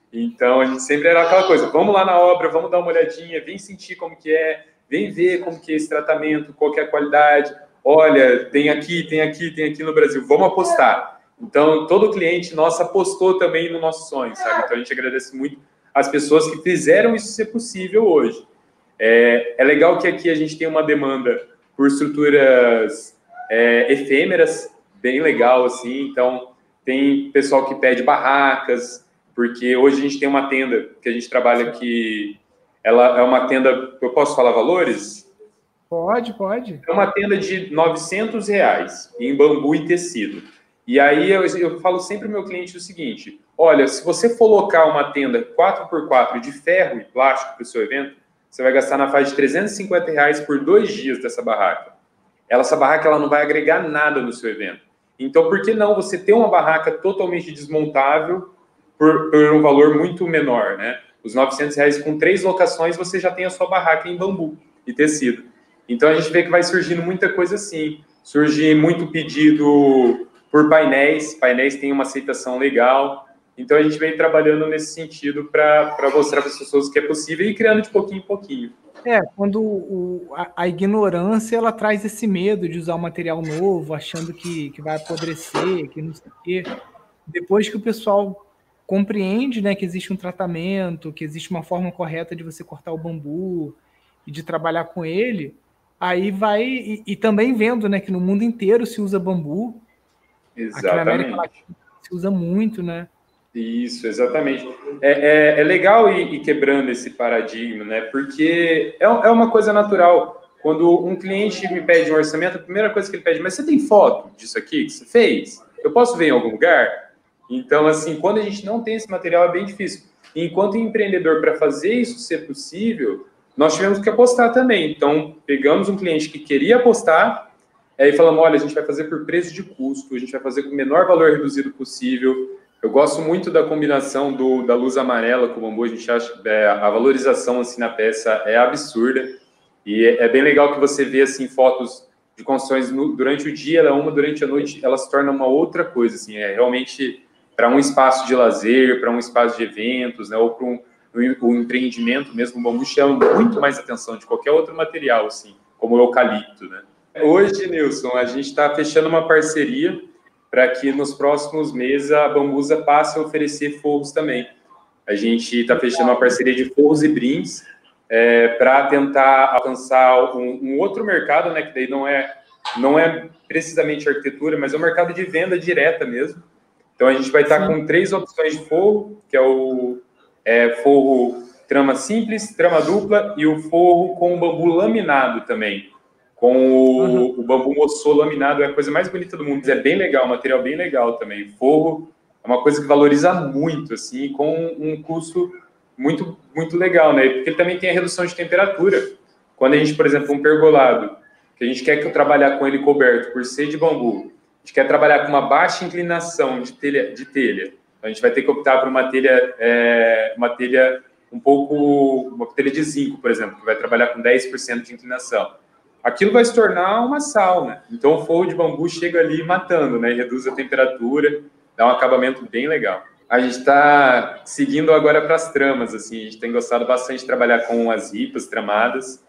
B: Então, a gente sempre era aquela coisa, vamos lá na obra, vamos dar uma olhadinha, vem sentir como que é, vem ver como que é esse tratamento, qual que é a qualidade. Olha, tem aqui, tem aqui, tem aqui no Brasil, vamos apostar. Então, todo cliente nosso apostou também no nosso sonho, sabe? Então, a gente agradece muito as pessoas que fizeram isso ser possível hoje. É, é legal que aqui a gente tem uma demanda por estruturas é, efêmeras, bem legal, assim. Então, tem pessoal que pede barracas, porque hoje a gente tem uma tenda que a gente trabalha que ela é uma tenda, eu posso falar valores?
A: Pode, pode.
B: É uma tenda de novecentos reais em bambu e tecido. E aí eu, eu falo sempre para o meu cliente o seguinte, olha, se você for locar uma tenda quatro por quatro de ferro e plástico para o seu evento, você vai gastar na faixa de trezentos e cinquenta reais por dois dias dessa barraca. Ela, essa barraca ela não vai agregar nada no seu evento. Então, por que não você ter uma barraca totalmente desmontável por, por um valor muito menor, né? Os novecentos reais com três locações, você já tem a sua barraca em bambu e tecido. Então, a gente vê que vai surgindo muita coisa assim. Surge muito pedido por painéis. Painéis têm uma aceitação legal. Então, a gente vem trabalhando nesse sentido para mostrar para as pessoas que é possível e criando de pouquinho em pouquinho.
A: É, quando o, a, a ignorância, ela traz esse medo de usar um material novo, achando que, que vai apodrecer, que não sei o quê. Depois que o pessoal compreende, né, que existe um tratamento, que existe uma forma correta de você cortar o bambu e de trabalhar com ele, aí vai... E, e também vendo, né, que no mundo inteiro se usa bambu.
B: Exatamente.
A: Aqui na América Latina se usa muito, né?
B: Isso, exatamente. É, é, é legal ir, ir quebrando esse paradigma, né? Porque é, é uma coisa natural. Quando um cliente me pede um orçamento, a primeira coisa que ele pede, mas você tem foto disso aqui que você fez? Eu posso ver em algum lugar? Então, assim, quando a gente não tem esse material, é bem difícil. Enquanto empreendedor, para fazer isso ser possível, nós tivemos que apostar também. Então, pegamos um cliente que queria apostar, aí falamos, olha, a gente vai fazer por preço de custo, a gente vai fazer com o menor valor reduzido possível. Eu gosto muito da combinação do, da luz amarela com o bambu, a gente acha é, a valorização assim, na peça é absurda, e é, é bem legal que você vê assim, fotos de construções no, durante o dia, ela uma durante a noite, ela se torna uma outra coisa, assim, é realmente para um espaço de lazer, para um espaço de eventos, né, ou para um, um, um empreendimento mesmo, o bambu chama muito mais atenção de qualquer outro material, assim, como o eucalipto, né. Hoje, Nilson, a gente está fechando uma parceria para que nos próximos meses a Bambusa passe a oferecer forros também. A gente está fechando uma parceria de forros e brindes é, para tentar alcançar um, um outro mercado, né, que daí não é, não é precisamente arquitetura, mas é um mercado de venda direta mesmo. Então, a gente vai estar tá com três opções de forro, que é o é, forro trama simples, trama dupla e o forro com bambu laminado também. Com o, uhum. o bambu moçô laminado, é a coisa mais bonita do mundo. É bem legal, material bem legal também. Forro é uma coisa que valoriza muito, assim, com um custo muito, muito legal, né? Porque ele também tem a redução de temperatura. Quando a gente, por exemplo, um pergolado, que a gente quer que eu trabalhar com ele coberto por ser de bambu, a gente quer trabalhar com uma baixa inclinação de telha, de telha. A gente vai ter que optar por uma telha, é, uma telha um pouco, uma telha de zinco, por exemplo, que vai trabalhar com dez por cento de inclinação. Aquilo vai se tornar uma sauna. Então, o forro de bambu chega ali matando, né? Reduz a temperatura, dá um acabamento bem legal. A gente está seguindo agora para as tramas, assim. A gente tem gostado bastante de trabalhar com as ripas tramadas.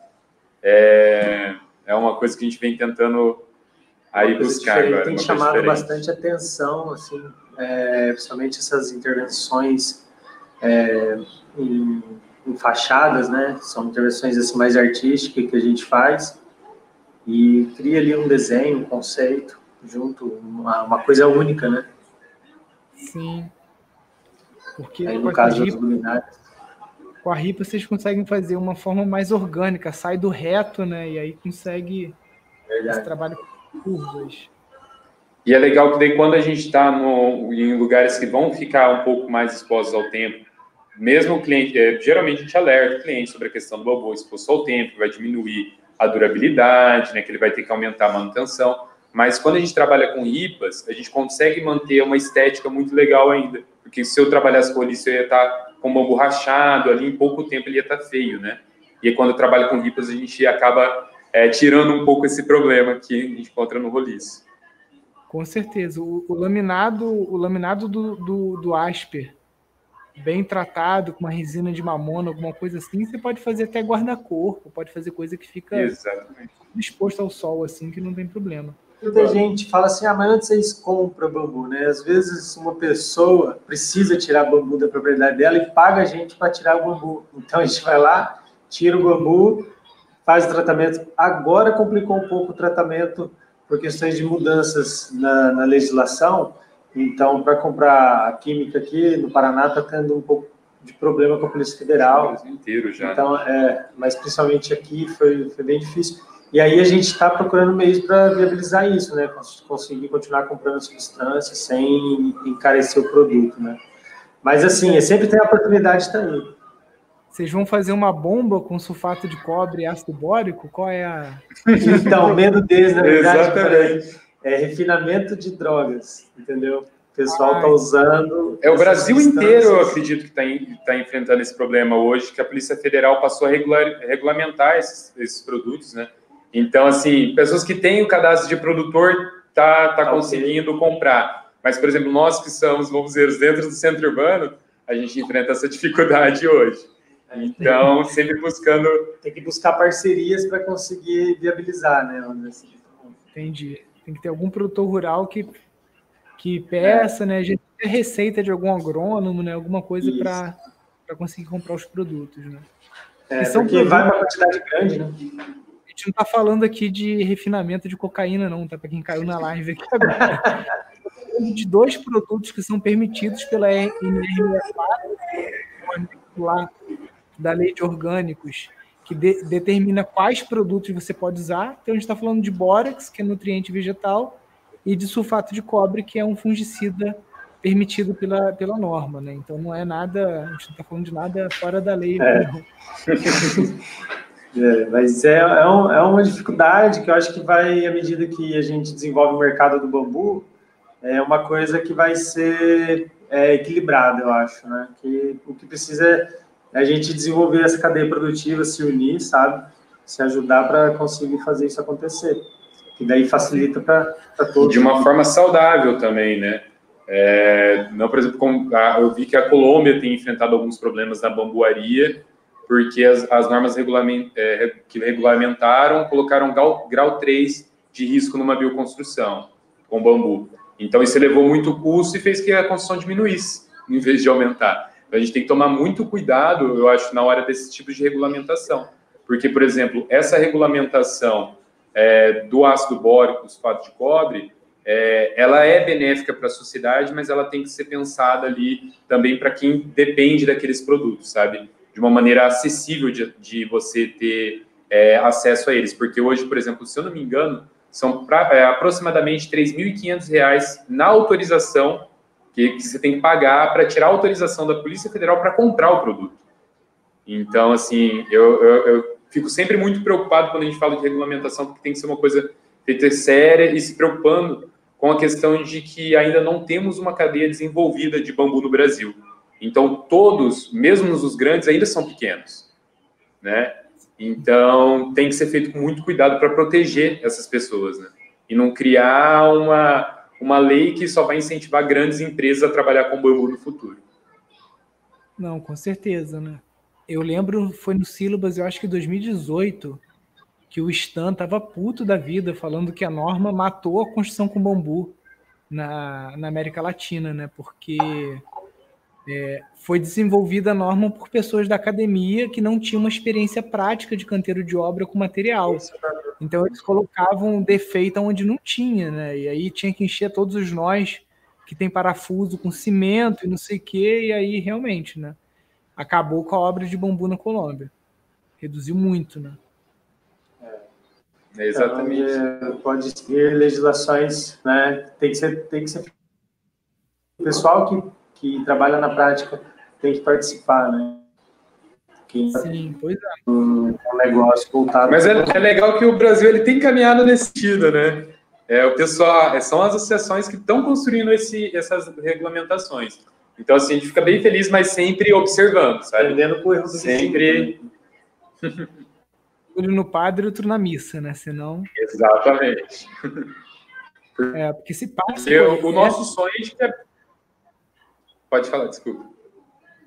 B: É, é uma coisa que a gente vem tentando aí buscar agora.
C: Tem chamado bastante atenção, assim, é, principalmente essas intervenções é, em, em fachadas, né? São intervenções assim, mais artísticas que a gente faz. E cria ali um desenho, um conceito, junto, uma, uma coisa única, né?
A: Sim. Porque
C: aí, no caso das luminárias.
A: Com a ripa vocês conseguem fazer uma forma mais orgânica, sai do reto, né? E aí consegue
C: Verdade.
A: esse trabalho com curvas.
B: E é legal que daí quando a gente está em lugares que vão ficar um pouco mais expostos ao tempo, mesmo o cliente, é, geralmente a gente alerta o cliente sobre a questão do bambu exposto ao tempo, vai diminuir a durabilidade, né, que ele vai ter que aumentar a manutenção, mas quando a gente trabalha com ripas, a gente consegue manter uma estética muito legal ainda, porque se eu trabalhasse com roliço, eu ia estar com bambu rachado, ali em pouco tempo ele ia estar feio, né? E quando eu trabalho com ripas, a gente acaba é, tirando um pouco esse problema que a gente encontra no roliço.
A: Com certeza. O, o laminado, o laminado do, do, do Asper, bem tratado, com uma resina de mamona, alguma coisa assim, você pode fazer até guarda-corpo, pode fazer coisa que fica
B: Exatamente.
A: exposta ao sol, assim, que não tem problema.
C: Muita gente fala assim, ah, mas onde vocês compram bambu, né? Às vezes uma pessoa precisa tirar bambu da propriedade dela e paga a gente para tirar o bambu. Então a gente vai lá, tira o bambu, faz o tratamento. Agora complicou um pouco o tratamento por questões de mudanças na, na legislação. Então, para comprar a química aqui no Paraná, está tendo um pouco de problema com a Polícia Federal.
B: O Brasil inteiro já.
C: Então, é, mas principalmente aqui foi, foi bem difícil. E aí a gente está procurando meios para viabilizar isso, né? Conseguir continuar comprando substâncias sem encarecer o produto, né? Mas assim, sempre tem a oportunidade de estar aí.
A: Vocês vão fazer uma bomba com sulfato de cobre e ácido bórico? Qual é a...
C: Então, o medo deles, na verdade,
B: Exatamente.
C: é refinamento de drogas, entendeu? O pessoal está usando...
B: É o Brasil inteiro, eu acredito, que está tá enfrentando esse problema hoje, que a Polícia Federal passou a regular, regulamentar esses, esses produtos, né? Então, assim, pessoas que têm o cadastro de produtor tá, tá conseguindo comprar. Mas, por exemplo, nós que somos, vamos dizer, dentro do centro urbano, a gente enfrenta essa dificuldade hoje. Então, sempre buscando...
C: Tem que buscar parcerias para conseguir viabilizar, né? Assim.
A: Entendi. Tem que ter algum produtor rural que, que peça, é. né? A gente tem receita de algum agrônomo, né? Alguma coisa para conseguir comprar os produtos, né?
C: É, porque vai uma quantidade grande, né?
A: A gente não está falando aqui de refinamento de cocaína, não, tá? Para quem caiu na live aqui agora. De dois produtos que são permitidos pela N R lá da Lei de Orgânicos, que de, determina quais produtos você pode usar. Então, a gente está falando de bórax, que é nutriente vegetal, e de sulfato de cobre, que é um fungicida permitido pela, pela norma, né? Então, não é nada, a gente não está falando de nada fora da lei.
C: É. É, mas é, é, um, é uma dificuldade que eu acho que vai, à medida que a gente desenvolve o mercado do bambu, é uma coisa que vai ser é, equilibrada, eu acho, né? Que o que precisa é a gente desenvolver essa cadeia produtiva, se unir, sabe? Se ajudar para conseguir fazer isso acontecer. Que daí facilita para todos.
B: De uma forma saudável também, né? É, não, por exemplo, como a, eu vi que a Colômbia tem enfrentado alguns problemas na bambuaria, porque as, as normas regulament, é, que regulamentaram colocaram grau, grau três de risco numa bioconstrução com bambu. Então, isso elevou muito o custo e fez que a construção diminuísse, em vez de aumentar. Então, a gente tem que tomar muito cuidado, eu acho, na hora desse tipo de regulamentação. Porque, por exemplo, essa regulamentação é, do ácido bórico, do sulfato de cobre, é, ela é benéfica para a sociedade, mas ela tem que ser pensada ali também para quem depende daqueles produtos, sabe? De uma maneira acessível de, de você ter é, acesso a eles. Porque hoje, por exemplo, se eu não me engano, são pra, é, aproximadamente três mil e quinhentos reais na autorização que, que você tem que pagar para tirar a autorização da Polícia Federal para comprar o produto. Então, assim, eu, eu, eu fico sempre muito preocupado quando a gente fala de regulamentação, porque tem que ser uma coisa feita séria e se preocupando com a questão de que ainda não temos uma cadeia desenvolvida de bambu no Brasil. Então, todos, mesmo os grandes, ainda são pequenos, né? Então, tem que ser feito com muito cuidado para proteger essas pessoas, né? E não criar uma, uma lei que só vai incentivar grandes empresas a trabalhar com bambu no futuro.
A: Não, com certeza, né? Eu lembro, foi no Sílabas, eu acho que em dois mil e dezoito, que o Stan tava puto da vida, falando que a norma matou a construção com bambu na, na América Latina, né? Porque... É, foi desenvolvida a norma por pessoas da academia que não tinham uma experiência prática de canteiro de obra com material. Então, eles colocavam defeito onde não tinha, né? E aí tinha que encher todos os nós que tem parafuso com cimento e não sei o quê, e aí realmente, né? Acabou com a obra de bambu na Colômbia. Reduziu muito, né?
B: É, exatamente.
C: Então, pode ser legislações, né? Tem que ser, tem que ser... O pessoal que que trabalha na prática tem que participar, né? Que
A: Sim, pois é.
C: Um, um negócio voltado...
B: Mas é, é legal que o Brasil ele tem caminhado nesse sentido, né? É, o pessoal, são as associações que estão construindo esse, essas regulamentações. Então, assim, a gente fica bem feliz, mas sempre observando, sabe?
C: Aprendendo com o erro do
B: sempre...
A: Olho no padre e outro na missa, né? Senão...
B: Exatamente.
A: É, porque se passa...
B: Eu, o nosso sonho é... Pode falar, desculpa.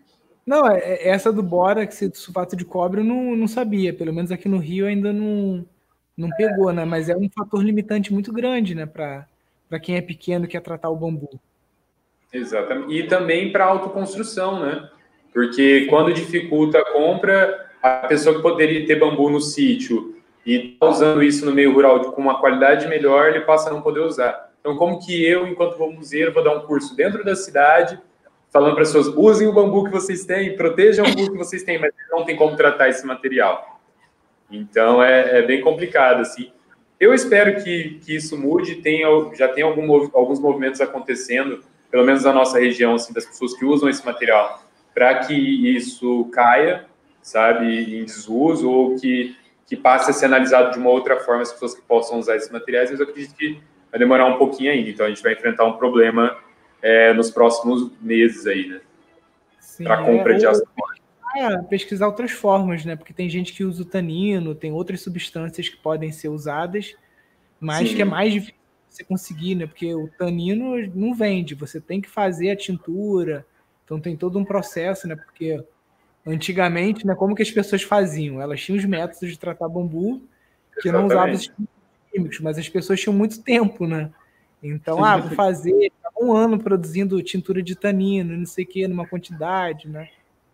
A: Não, é- é- essa do bórax e do sulfato de cobre eu não, não sabia. Pelo menos aqui no Rio ainda não, não pegou, né? Mas é um fator limitante muito grande, né? Para para quem é pequeno e quer tratar o bambu.
B: Exatamente. E também para autoconstrução, né? Porque quando dificulta a compra, a pessoa que poderia ter bambu no sítio e tá usando isso no meio rural com uma qualidade melhor, ele passa a não poder usar. Então, como que eu, enquanto bambuzeiro, vou dar um curso dentro da cidade, falando para as pessoas, usem o bambu que vocês têm, protejam o bambu que vocês têm, mas não tem como tratar esse material. Então, é, é bem complicado, assim. Eu espero que, que isso mude, tem, já tem algum, alguns movimentos acontecendo, pelo menos na nossa região, assim, das pessoas que usam esse material, para que isso caia, sabe, em desuso, ou que, que passe a ser analisado de uma outra forma, as pessoas que possam usar esses materiais, mas eu acredito que vai demorar um pouquinho ainda, então a gente vai enfrentar um problema é, nos próximos meses aí, né, para compra
A: é,
B: de
A: ou,
B: aço.
A: é, pesquisar outras formas, né? Porque tem gente que usa o tanino, tem outras substâncias que podem ser usadas, mas
B: Sim.
A: que é mais difícil você conseguir, né? Porque o tanino não vende, você tem que fazer a tintura, então tem todo um processo, né? Porque antigamente, né, como que as pessoas faziam? Elas tinham os métodos de tratar bambu que não usavam os químicos, mas as pessoas tinham muito tempo, né? Então, ah, vou fazer um ano produzindo tintura de tanino, não sei o que, numa quantidade, né?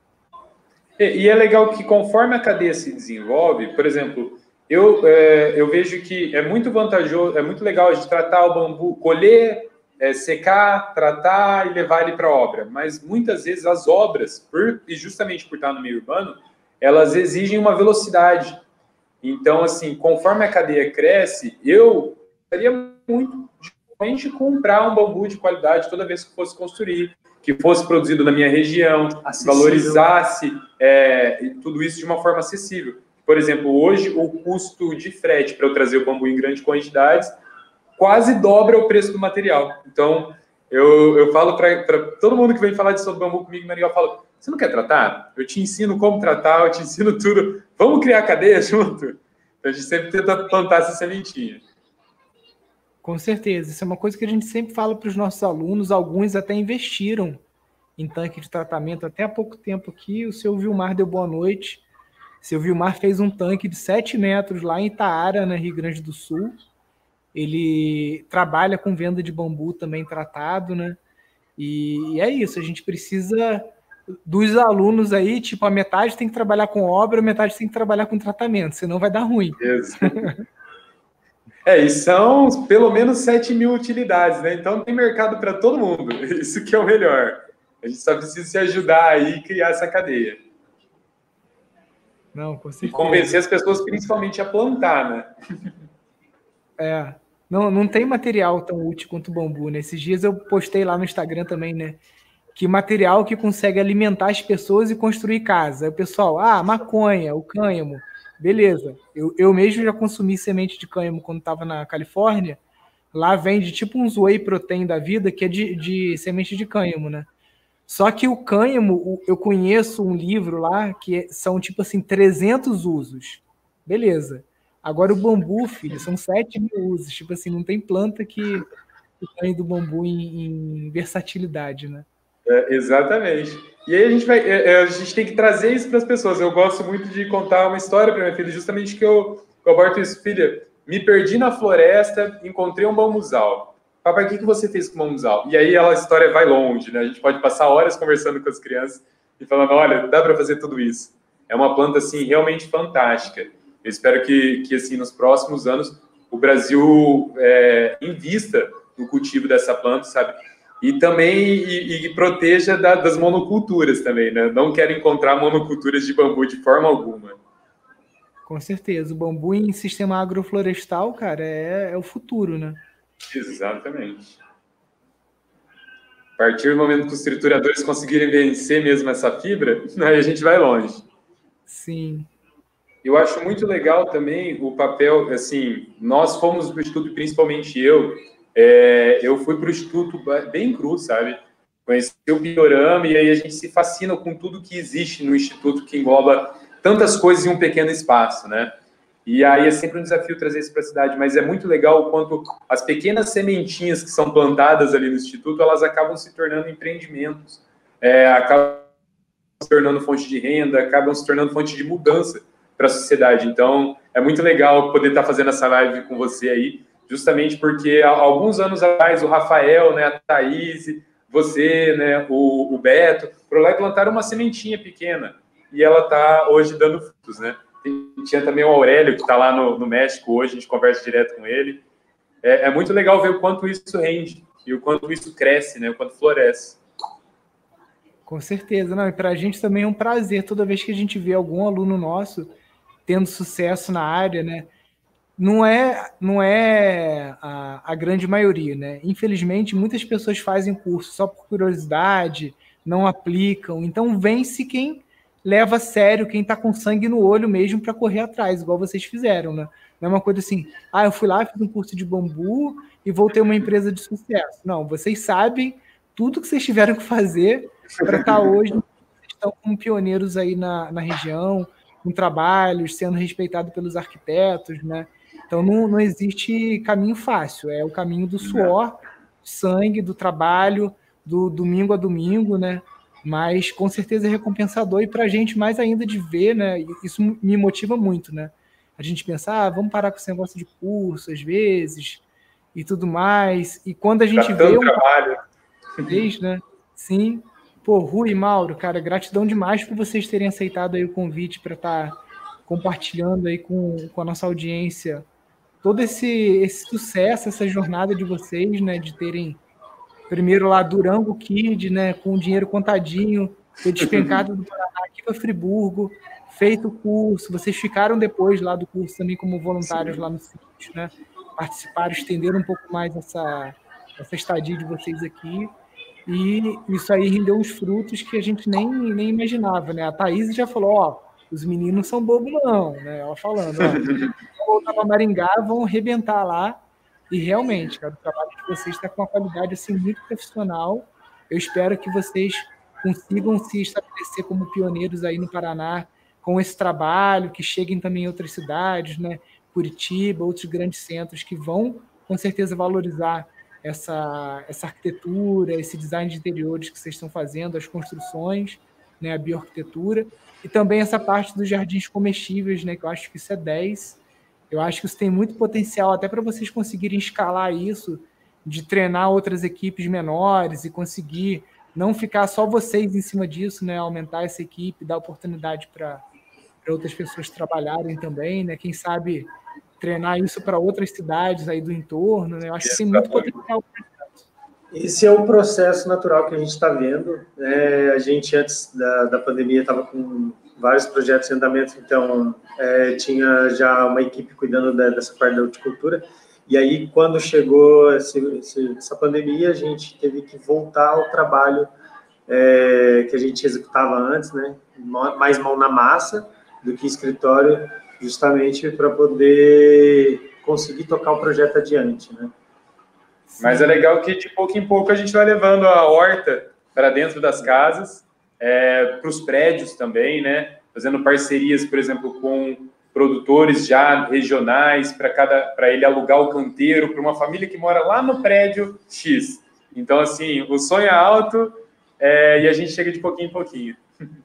B: E, e é legal que conforme a cadeia se desenvolve, por exemplo, eu, é, eu vejo que é muito vantajoso, é muito legal a gente tratar o bambu, colher, é, secar, tratar e levar ele para a obra. Mas muitas vezes as obras, por, e justamente por estar no meio urbano, elas exigem uma velocidade. Então, assim, conforme a cadeia cresce, eu gostaria muito de realmente comprar um bambu de qualidade toda vez que fosse construir, que fosse produzido na minha região, acessível. Valorizasse é, tudo isso de uma forma acessível. Por exemplo, hoje o custo de frete para eu trazer o bambu em grandes quantidades quase dobra o preço do material. Então, eu, eu falo para todo mundo que vem falar de sobre bambu comigo, eu falo, você não quer tratar? Eu te ensino como tratar, eu te ensino tudo. Vamos criar cadeia junto? Então, a gente sempre tenta plantar essa sementinha.
A: Com certeza. Isso é uma coisa que a gente sempre fala para os nossos alunos. Alguns até investiram em tanque de tratamento. Até há pouco tempo aqui, o seu Vilmar deu boa noite. O seu Vilmar fez um tanque de sete metros lá em Itaara, no Rio Grande do Sul. Ele trabalha com venda de bambu também tratado, né? E é isso, a gente precisa dos alunos aí, tipo, a metade tem que trabalhar com obra, a metade tem que trabalhar com tratamento, senão vai dar ruim.
B: Isso. É, e são pelo menos sete mil utilidades, né? Então tem mercado para todo mundo. Isso que é o melhor. A gente só precisa se ajudar aí e criar essa cadeia.
A: Não, com certeza.
B: E convencer as pessoas principalmente a plantar, né?
A: É. Não, não tem material tão útil quanto o bambu, né? Esses dias eu postei lá no Instagram também, né? Que material que consegue alimentar as pessoas e construir casa. Aí o pessoal, ah, maconha, o cânhamo. Beleza. Eu, eu mesmo já consumi semente de cânhamo quando estava na Califórnia. Lá vende tipo um whey protein da vida, que é de, de semente de cânhamo, né? Só que o cânhamo, eu conheço um livro lá que são tipo assim, trezentos usos. Beleza. Agora o bambu, filho, são sete mil usos. Tipo assim, não tem planta que ganhe do bambu em, em versatilidade, né?
B: É, exatamente. E aí a gente vai, é, a gente tem que trazer isso para as pessoas. Eu gosto muito de contar uma história para minha filha, justamente que eu, eu aborto isso, filha. Me perdi na floresta, encontrei um bambuzal. Papai, o que, que você fez com o bambuzal? E aí a história vai longe, né? A gente pode passar horas conversando com as crianças e falando, olha, dá para fazer tudo isso. É uma planta, assim, realmente fantástica. Eu espero que, que assim, nos próximos anos, o Brasil é, invista no cultivo dessa planta, sabe? E também e, e proteja da, das monoculturas também, né? Não quero encontrar monoculturas de bambu de forma alguma.
A: Com certeza. O bambu em sistema agroflorestal, cara, é, é o futuro, né?
B: Exatamente. A partir do momento que os trituradores conseguirem vencer mesmo essa fibra, aí a gente vai longe.
A: Sim.
B: Eu acho muito legal também o papel, assim, nós fomos para o Instituto, principalmente eu, é, eu fui para o Instituto bem cru, sabe? Conheci o Pindorama e aí a gente se fascina com tudo que existe no Instituto, que engloba tantas coisas em um pequeno espaço, né? E aí é sempre um desafio trazer isso para a cidade, mas é muito legal o quanto as pequenas sementinhas que são plantadas ali no Instituto, elas acabam se tornando empreendimentos. É, acabam se tornando fonte de renda, acabam se tornando fonte de mudança para a sociedade. Então, é muito legal poder estar fazendo essa live com você aí, justamente porque há alguns anos atrás o Rafael, né, a Thaís, você, né, o, o Beto, foram lá e plantaram uma sementinha pequena e ela está hoje dando frutos, né? Tem, tinha também o Aurélio, que está lá no, no México hoje, a gente conversa direto com ele. É, é muito legal ver o quanto isso rende e o quanto isso cresce, né, o quanto floresce.
A: Com certeza. Não, e para a gente também é um prazer toda vez que a gente vê algum aluno nosso tendo sucesso na área, né? Não é, não é a, a grande maioria, né? Infelizmente, muitas pessoas fazem curso só por curiosidade, não aplicam. Então, vence quem leva a sério, quem está com sangue no olho mesmo para correr atrás, igual vocês fizeram, né? Não é uma coisa assim, ah, eu fui lá, fiz um curso de bambu e vou ter uma empresa de sucesso. Não, vocês sabem tudo que vocês tiveram que fazer para estar hoje, vocês estão como pioneiros aí na, na região, com trabalhos, sendo respeitados pelos arquitetos, né? Então, não, não existe caminho fácil, é o caminho do suor, sangue, do trabalho, do domingo a domingo, né? Mas, com certeza, é recompensador e para a gente mais ainda de ver, né? Isso me motiva muito, né? A gente pensa, ah, vamos parar com esse negócio de curso, às vezes, e tudo mais. E quando a gente vê... um
B: trabalho.
A: Vez, né? Sim. Pô, Rui e Mauro, cara, gratidão demais por vocês terem aceitado aí o convite para estar tá compartilhando aí com, com a nossa audiência todo esse, esse sucesso, essa jornada de vocês, né? De terem, primeiro lá, Durango Kid, né? Com o dinheiro contadinho, ter despencado do Paraná aqui para Friburgo, feito o curso. Vocês ficaram depois lá do curso também como voluntários. Sim. Lá no sítio, né? Participaram, estenderam um pouco mais essa, essa estadia de vocês aqui. E isso aí rendeu uns frutos que a gente nem, nem imaginava, né? A Thaís já falou, ó, os meninos não são bobos não, né? Ela falando, ó, vão voltar para Maringá, vão arrebentar lá. E realmente, cara, o trabalho de vocês está com uma qualidade assim, muito profissional. Eu espero que vocês consigam se estabelecer como pioneiros aí no Paraná com esse trabalho, que cheguem também em outras cidades, né? Curitiba, outros grandes centros que vão, com certeza, valorizar Essa, essa arquitetura, esse design de interiores que vocês estão fazendo, as construções, né, a bioarquitetura, e também essa parte dos jardins comestíveis, né, que eu acho que isso é dez. Eu acho que isso tem muito potencial até para vocês conseguirem escalar isso, de treinar outras equipes menores e conseguir não ficar só vocês em cima disso, né, aumentar essa equipe, dar oportunidade para outras pessoas trabalharem também, né, quem sabe treinar isso para outras cidades aí do entorno, né? Eu acho que tem muito potencial.
C: Esse é o processo natural que a gente está vendo. É, a gente, antes da, da pandemia, estava com vários projetos em andamento, então é, tinha já uma equipe cuidando da, dessa parte da horticultura. E aí, quando chegou esse, esse, essa pandemia, a gente teve que voltar ao trabalho é, que a gente executava antes, né? Mais mão na massa do que escritório, justamente para poder conseguir tocar o projeto adiante, né?
B: Mas é legal que de pouco em pouco a gente vai levando a horta para dentro das casas, é, para os prédios também, né? Fazendo parcerias, por exemplo, com produtores já regionais para cada, para ele alugar o canteiro para uma família que mora lá no prédio X. Então, assim, o sonho é alto é, e a gente chega de pouquinho em pouquinho.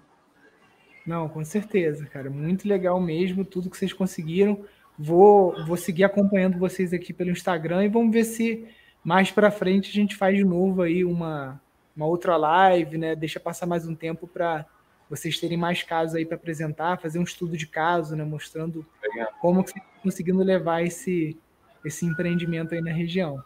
A: Não, com certeza, cara. Muito legal mesmo, tudo que vocês conseguiram. Vou, vou seguir acompanhando vocês aqui pelo Instagram e vamos ver se mais para frente a gente faz de novo aí uma, uma outra live, né? Deixa passar mais um tempo para vocês terem mais casos aí para apresentar, fazer um estudo de caso, né? Mostrando legal. Como que vocês estão conseguindo levar esse, esse empreendimento aí na região.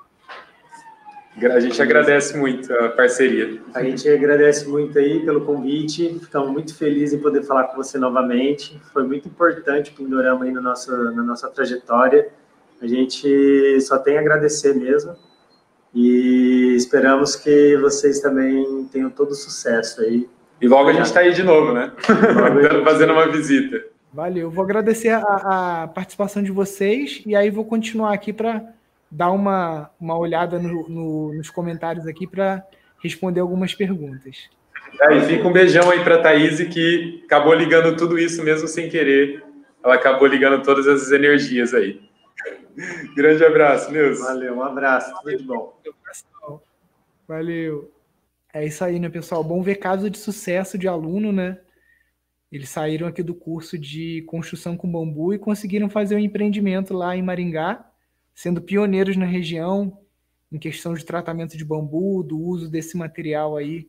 B: A gente agradece muito a parceria.
C: A gente agradece muito aí pelo convite. Ficamos muito felizes em poder falar com você novamente. Foi muito importante o Pindorama aí na nossa, na nossa trajetória. A gente só tem a agradecer mesmo. E esperamos que vocês também tenham todo o sucesso aí.
B: E logo a gente está aí de novo, né? Fazendo uma visita.
A: Valeu. Vou agradecer a, a participação de vocês e aí vou continuar aqui para dar uma, uma olhada no, no, nos comentários aqui para responder algumas perguntas.
B: Aí fica um beijão aí para a Thaís, que acabou ligando tudo isso mesmo sem querer. Ela acabou ligando todas essas energias aí. Grande abraço, Nilson.
C: Valeu, um abraço. Tudo de bom.
A: Valeu. É isso aí, né, pessoal? Bom ver casos de sucesso de aluno, né? Eles saíram aqui do curso de construção com bambu e conseguiram fazer um empreendimento lá em Maringá, sendo pioneiros na região em questão de tratamento de bambu, do uso desse material aí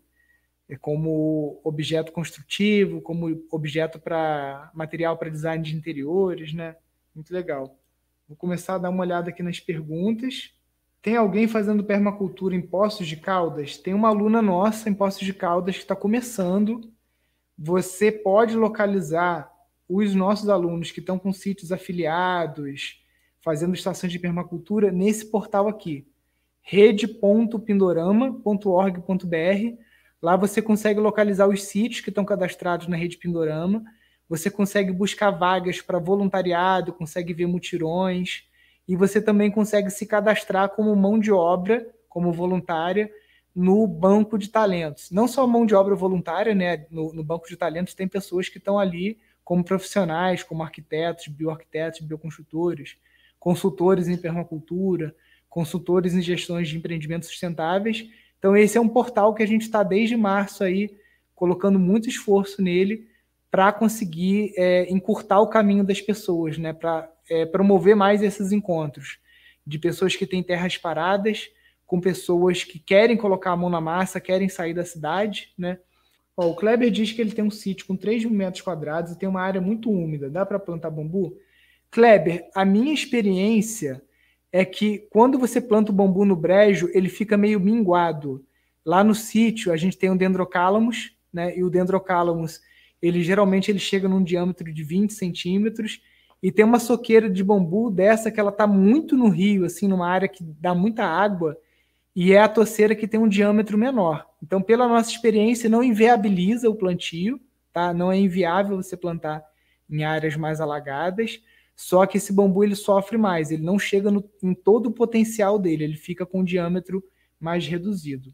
A: como objeto construtivo, como objeto para material para design de interiores, né? Muito legal. Vou começar a dar uma olhada aqui nas perguntas. Tem alguém fazendo permacultura em Poços de Caldas? Tem uma aluna nossa em Poços de Caldas que está começando. Você pode localizar os nossos alunos que estão com sítios afiliados, fazendo estações de permacultura, nesse portal aqui, rede ponto pindorama ponto org ponto br. Lá você consegue localizar os sítios que estão cadastrados na Rede Pindorama, você consegue buscar vagas para voluntariado, consegue ver mutirões, e você também consegue se cadastrar como mão de obra, como voluntária, no banco de talentos. Não só mão de obra voluntária, né? No, no banco de talentos tem pessoas que estão ali como profissionais, como arquitetos, bioarquitetos, bioconstrutores, consultores em permacultura, consultores em gestões de empreendimentos sustentáveis. Então esse é um portal que a gente está desde março aí, colocando muito esforço nele para conseguir é, encurtar o caminho das pessoas, né? Para é, promover mais esses encontros de pessoas que têm terras paradas, com pessoas que querem colocar a mão na massa, querem sair da cidade, né? Ó, o Kleber diz que ele tem um sítio com três mil metros quadrados e tem uma área muito úmida. Dá para plantar bambu? Kleber, a minha experiência é que quando você planta o bambu no brejo, ele fica meio minguado. Lá no sítio, a gente tem o dendrocalamus, né? E o dendrocalamus, ele geralmente ele chega num diâmetro de vinte centímetros e tem uma soqueira de bambu dessa que ela está muito no rio, assim, numa área que dá muita água, e é a toceira que tem um diâmetro menor. Então, pela nossa experiência, não inviabiliza o plantio, tá? Não é inviável você plantar em áreas mais alagadas, só que esse bambu ele sofre mais, ele não chega no, em todo o potencial dele, ele fica com um diâmetro mais reduzido.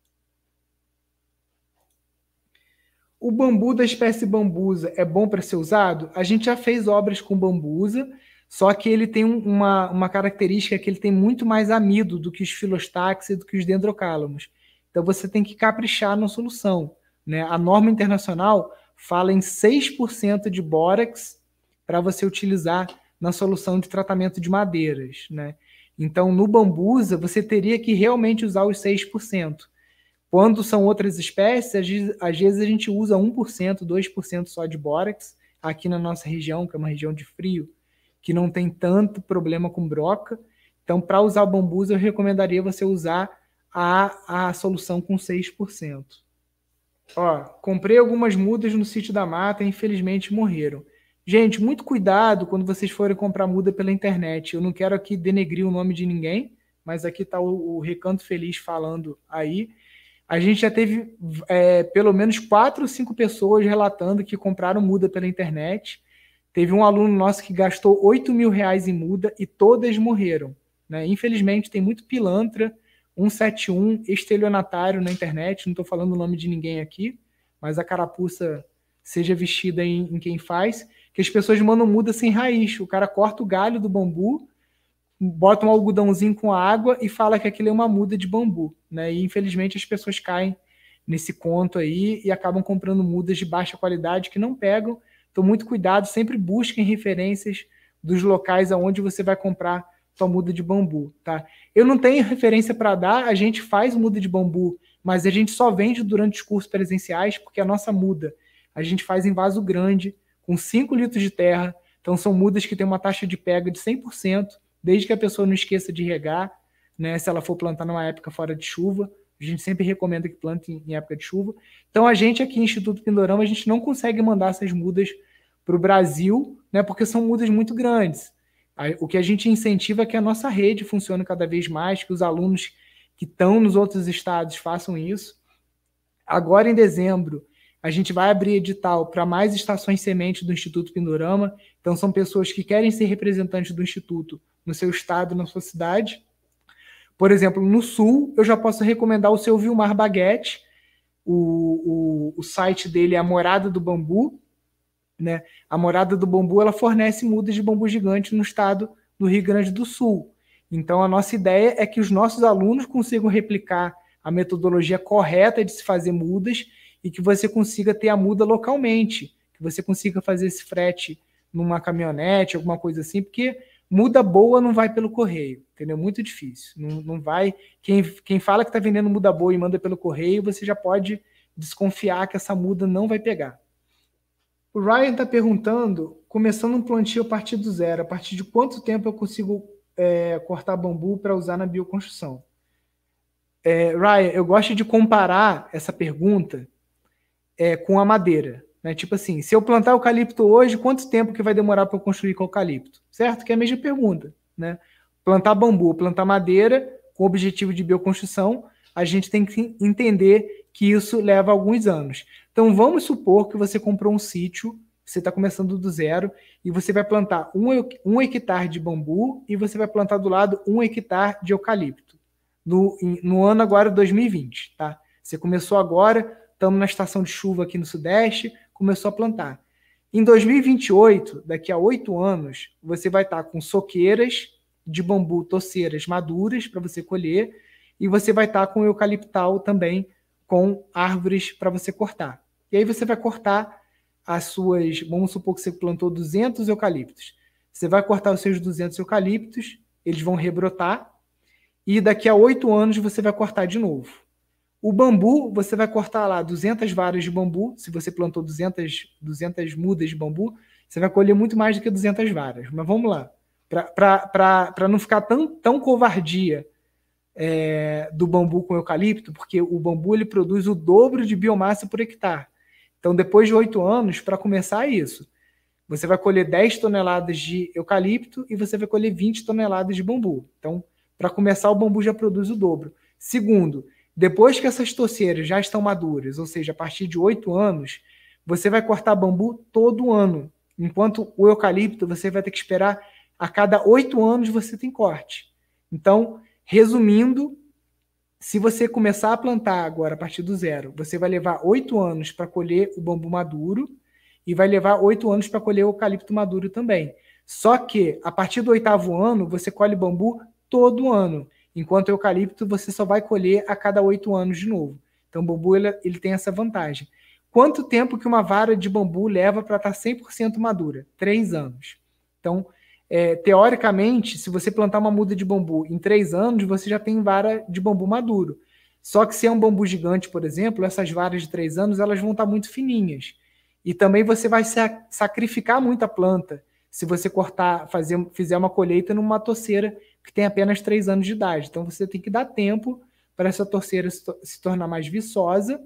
A: O bambu da espécie bambusa é bom para ser usado? A gente já fez obras com bambusa, só que ele tem uma, uma característica que ele tem muito mais amido do que os filostax e do que os dendrocálamos. Então você tem que caprichar na solução, né? A norma internacional fala em seis por cento de bórax para você utilizar na solução de tratamento de madeiras, né? Então, no bambusa, você teria que realmente usar os seis por cento. Quando são outras espécies, às vezes a gente usa um por cento, dois por cento só de bórax, aqui na nossa região, que é uma região de frio, que não tem tanto problema com broca. Então, para usar o bambusa, eu recomendaria você usar a, a solução com seis por cento. Ó, comprei algumas mudas no sítio da mata e infelizmente morreram. Gente, muito cuidado quando vocês forem comprar muda pela internet. Eu não quero aqui denegrir o nome de ninguém, mas aqui está o, o Recanto Feliz falando aí. A gente já teve é, pelo menos quatro ou cinco pessoas relatando que compraram muda pela internet. Teve um aluno nosso que gastou oito mil reais em muda e todas morreram, né? Infelizmente, tem muito pilantra, cento e setenta e um, estelionatário na internet. Não estou falando o nome de ninguém aqui, mas a carapuça seja vestida em, em quem faz, que as pessoas mandam muda sem raiz. O cara corta o galho do bambu, bota um algodãozinho com água e fala que aquilo é uma muda de bambu, né? E infelizmente as pessoas caem nesse conto aí e acabam comprando mudas de baixa qualidade que não pegam. Então, muito cuidado, sempre busquem referências dos locais aonde você vai comprar sua muda de bambu, tá? Eu não tenho referência para dar, a gente faz muda de bambu, mas a gente só vende durante os cursos presenciais, porque a nossa muda a gente faz em vaso grande, com cinco litros de terra. Então, são mudas que têm uma taxa de pega de cem por cento, desde que a pessoa não esqueça de regar, né? Se ela for plantar numa época fora de chuva, a gente sempre recomenda que plante em época de chuva. Então, a gente aqui, Instituto Pindorama, a gente não consegue mandar essas mudas para o Brasil, né? Porque são mudas muito grandes. O que a gente incentiva é que a nossa rede funcione cada vez mais, que os alunos que estão nos outros estados façam isso. Agora, em dezembro, a gente vai abrir edital para mais estações sementes do Instituto Pindorama. Então, são pessoas que querem ser representantes do Instituto no seu estado, na sua cidade. Por exemplo, no Sul, eu já posso recomendar o seu Vilmar Baguete. O, o, o site dele é a Morada do Bambu, né? A Morada do Bambu ela fornece mudas de bambu gigante no estado do Rio Grande do Sul. Então, a nossa ideia é que os nossos alunos consigam replicar a metodologia correta de se fazer mudas e que você consiga ter a muda localmente, que você consiga fazer esse frete numa caminhonete, alguma coisa assim, porque muda boa não vai pelo correio, entendeu? Muito difícil. Não, não vai. Quem, quem fala que está vendendo muda boa e manda pelo correio, você já pode desconfiar que essa muda não vai pegar. O Ryan está perguntando, começando um plantio a partir do zero, a partir de quanto tempo eu consigo é, cortar bambu para usar na bioconstrução? É, Ryan, eu gosto de comparar essa pergunta é, com a madeira. Né? Tipo assim, se eu plantar eucalipto hoje, quanto tempo que vai demorar para eu construir com eucalipto? Certo? Que é a mesma pergunta. Né? Plantar bambu, plantar madeira, com o objetivo de bioconstrução, a gente tem que entender que isso leva alguns anos. Então, vamos supor que você comprou um sítio, você está começando do zero, e você vai plantar um, um hectare de bambu e você vai plantar do lado um hectare de eucalipto. No, no ano agora dois mil e vinte. Tá? Você começou agora, estamos na estação de chuva aqui no Sudeste, começou a plantar. Em dois mil e vinte e oito, daqui a oito anos, você vai estar com soqueiras de bambu, toceiras maduras para você colher, e você vai estar com eucaliptal também, com árvores para você cortar. E aí você vai cortar as suas... Vamos supor que você plantou duzentos eucaliptos. Você vai cortar os seus duzentos eucaliptos, eles vão rebrotar, e daqui a oito anos você vai cortar de novo. O bambu, você vai cortar lá duzentas varas de bambu. Se você plantou duzentas, duzentas mudas de bambu, você vai colher muito mais do que duzentas varas. Mas vamos lá. Para não ficar tão, tão covardia é, do bambu com eucalipto, porque o bambu ele produz o dobro de biomassa por hectare. Então, depois de oito anos, para começar isso, você vai colher dez toneladas de eucalipto e você vai colher vinte toneladas de bambu. Então, para começar, o bambu já produz o dobro. Segundo, depois que essas toceiras já estão maduras, ou seja, a partir de oito anos, você vai cortar bambu todo ano. Enquanto o eucalipto, você vai ter que esperar a cada oito anos você tem corte. Então, resumindo, se você começar a plantar agora a partir do zero, você vai levar oito anos para colher o bambu maduro e vai levar oito anos para colher o eucalipto maduro também. Só que, a partir do oitavo ano, você colhe bambu todo ano, enquanto o eucalipto você só vai colher a cada oito anos de novo. Então, o bambu ele, ele tem essa vantagem. Quanto tempo que uma vara de bambu leva para estar cem por cento madura? Três anos. Então, é, teoricamente, se você plantar uma muda de bambu em três anos, você já tem vara de bambu maduro. Só que se é um bambu gigante, por exemplo, essas varas de três anos elas vão estar muito fininhas. E também você vai sacrificar muita planta se você cortar, fazer, fizer uma colheita numa toceira que tem apenas três anos de idade. Então você tem que dar tempo para essa toceira se, se tornar mais viçosa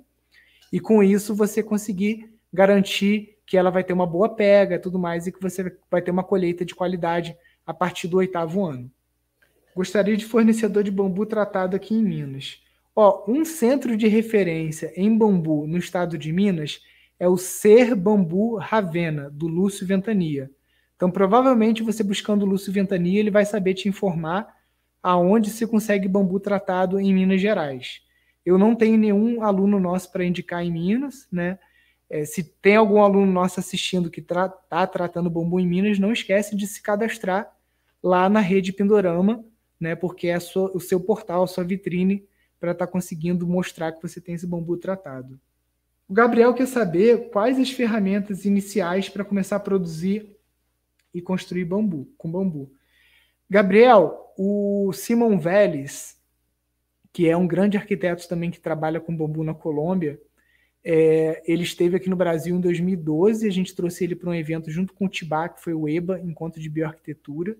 A: e com isso você conseguir garantir que ela vai ter uma boa pega e tudo mais e que você vai ter uma colheita de qualidade a partir do oitavo ano. Gostaria de fornecedor de bambu tratado aqui em Minas. Ó, um centro de referência em bambu no estado de Minas é o Ser Bambu Ravenna, do Lúcio Ventania. Então, provavelmente, você buscando o Lúcio Ventania, ele vai saber te informar aonde se consegue bambu tratado em Minas Gerais. Eu não tenho nenhum aluno nosso para indicar em Minas, né? É, se tem algum aluno nosso assistindo que está tra- tratando bambu em Minas, não esquece de se cadastrar lá na rede Pindorama, né? Porque é a sua, o seu portal, a sua vitrine, para estar tá conseguindo mostrar que você tem esse bambu tratado. O Gabriel quer saber quais as ferramentas iniciais para começar a produzir e construir bambu, com bambu. Gabriel, o Simon Vélez, que é um grande arquiteto também que trabalha com bambu na Colômbia, é, ele esteve aqui no Brasil em dois mil e doze, a gente trouxe ele para um evento junto com o Tibá, que foi o EBA, Encontro de Bioarquitetura,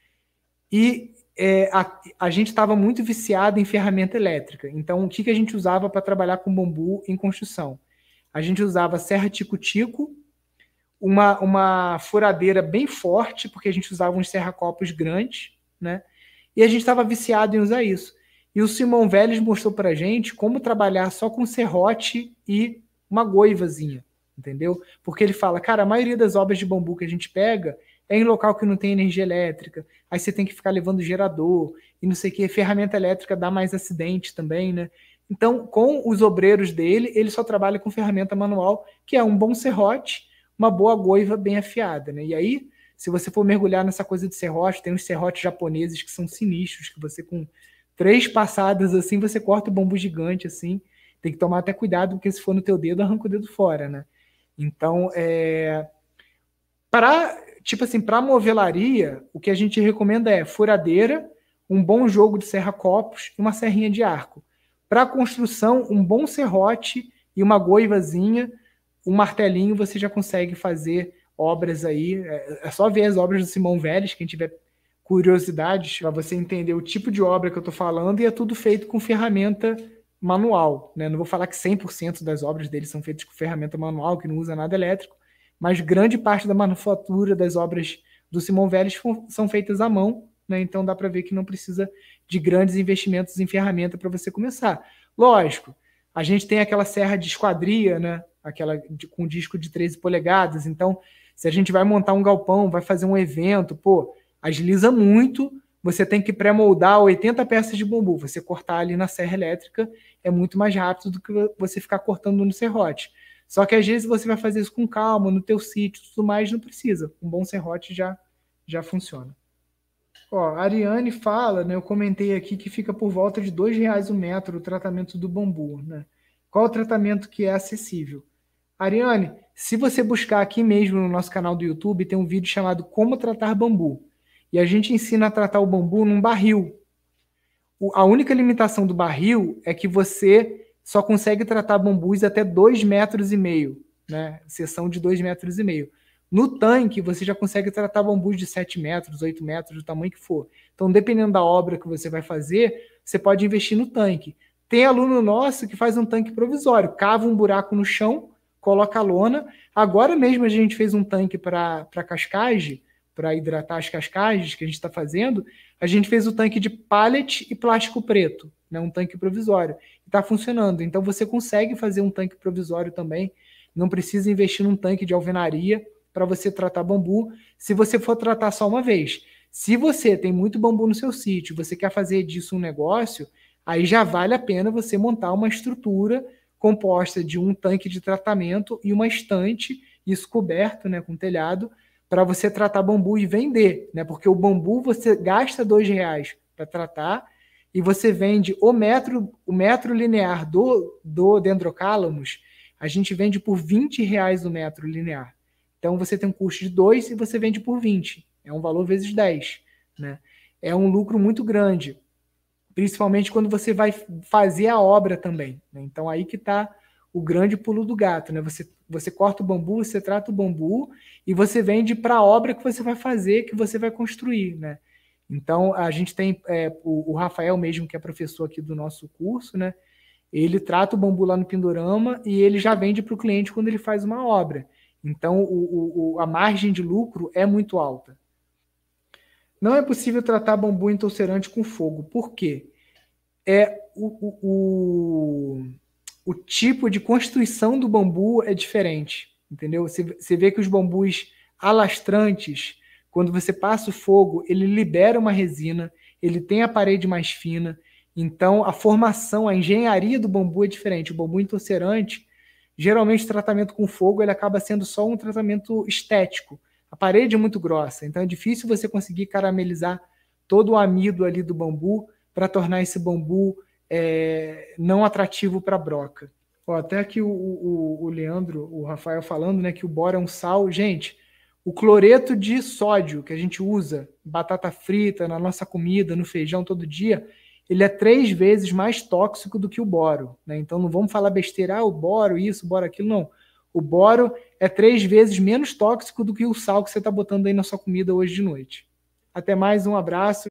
A: e é, a, a gente estava muito viciado em ferramenta elétrica. Então, o que, que a gente usava para trabalhar com bambu em construção? A gente usava serra tico-tico, uma, uma furadeira bem forte, porque a gente usava uns serracopos grandes, né? E a gente estava viciado em usar isso. E o Simão Vélez mostrou para a gente como trabalhar só com serrote e uma goivazinha, entendeu? Porque ele fala, cara, a maioria das obras de bambu que a gente pega é em local que não tem energia elétrica, aí você tem que ficar levando gerador e não sei o que, ferramenta elétrica dá mais acidente também, né? Então, com os obreiros dele, ele só trabalha com ferramenta manual, que é um bom serrote, uma boa goiva bem afiada, né? E aí, se você for mergulhar nessa coisa de serrote, tem uns serrotes japoneses que são sinistros, que você com três passadas assim, você corta o bambu gigante assim. Tem que tomar até cuidado, porque se for no teu dedo, arranca o dedo fora, né? Então, é... para, tipo assim, para movelaria, o que a gente recomenda é furadeira, um bom jogo de serra-copos e uma serrinha de arco. Para construção, um bom serrote e uma goivazinha, um martelinho, você já consegue fazer obras aí. É só ver as obras do Simão Vélez, quem tiver curiosidade, para você entender o tipo de obra que eu estou falando, e é tudo feito com ferramenta manual, né? Não vou falar que cem por cento das obras dele são feitas com ferramenta manual, que não usa nada elétrico, mas grande parte da manufatura das obras do Simão Vélez são feitas à mão, né? Então dá para ver que não precisa de grandes investimentos em ferramenta para você começar. Lógico, a gente tem aquela serra de esquadria, né? Aquela de, com disco de treze polegadas, então se a gente vai montar um galpão, vai fazer um evento, pô, agiliza muito, você tem que pré-moldar oitenta peças de bambu, você cortar ali na serra elétrica é muito mais rápido do que você ficar cortando no serrote. Só que às vezes você vai fazer isso com calma, no teu sítio, tudo mais, não precisa. Um bom serrote já, já funciona. Ó, a Ariane fala, né, eu comentei aqui que fica por volta de dois reais o metro o tratamento do bambu, né? Qual o tratamento que é acessível? Ariane, se você buscar aqui mesmo no nosso canal do YouTube, tem um vídeo chamado Como Tratar Bambu. E a gente ensina a tratar o bambu num barril. O, a única limitação do barril é que você só consegue tratar bambus até dois metros e meio, né? Seção de dois metros e meio. No tanque, você já consegue tratar bambus de sete metros, oito metros, do tamanho que for. Então, dependendo da obra que você vai fazer, você pode investir no tanque. Tem aluno nosso que faz um tanque provisório, cava um buraco no chão, coloca a lona. Agora mesmo a gente fez um tanque para cascagem, para hidratar as cascagens que a gente está fazendo. A gente fez o tanque de pallet e plástico preto, né, um tanque provisório. Está funcionando. Então você consegue fazer um tanque provisório também. Não precisa investir num tanque de alvenaria para você tratar bambu, se você for tratar só uma vez. Se você tem muito bambu no seu sítio, você quer fazer disso um negócio, aí já vale a pena você montar uma estrutura composta de um tanque de tratamento e uma estante, isso coberto, né, com telhado, para você tratar bambu e vender, né? Porque o bambu você gasta dois reais para tratar e você vende o metro, o metro linear do, do dendrocálamos, a gente vende por vinte reais o metro linear. Então você tem um custo de dois e você vende por vinte. É um valor vezes dez, né? É um lucro muito grande, principalmente quando você vai fazer a obra também, né? Então aí que está o grande pulo do gato, né? Você, você corta o bambu, você trata o bambu e você vende para a obra que você vai fazer, que você vai construir, né? Então a gente tem é, o, o Rafael mesmo, que é professor aqui do nosso curso, né? Ele trata o bambu lá no Pindorama e ele já vende para o cliente quando ele faz uma obra. Então o, o, a margem de lucro é muito alta. Não é possível tratar bambu entulcerante com fogo. Por quê? É o, o, o, o tipo de constituição do bambu é diferente, entendeu? Você, você vê que os bambus alastrantes, quando você passa o fogo, ele libera uma resina, ele tem a parede mais fina, então a formação, a engenharia do bambu é diferente. O bambu entulcerante, geralmente o tratamento com fogo ele acaba sendo só um tratamento estético. A parede é muito grossa, então é difícil você conseguir caramelizar todo o amido ali do bambu para tornar esse bambu é, não atrativo para a broca. Ó, até aqui o, o, o Leandro, o Rafael falando, né, que o boro é um sal. Gente, o cloreto de sódio que a gente usa em batata frita, na nossa comida, no feijão todo dia, ele é três vezes mais tóxico do que o boro, né? Então não vamos falar besteira, ah, o boro isso, o boro aquilo, não. O boro é três vezes menos tóxico do que o sal que você está botando aí na sua comida hoje de noite. Até mais, um abraço.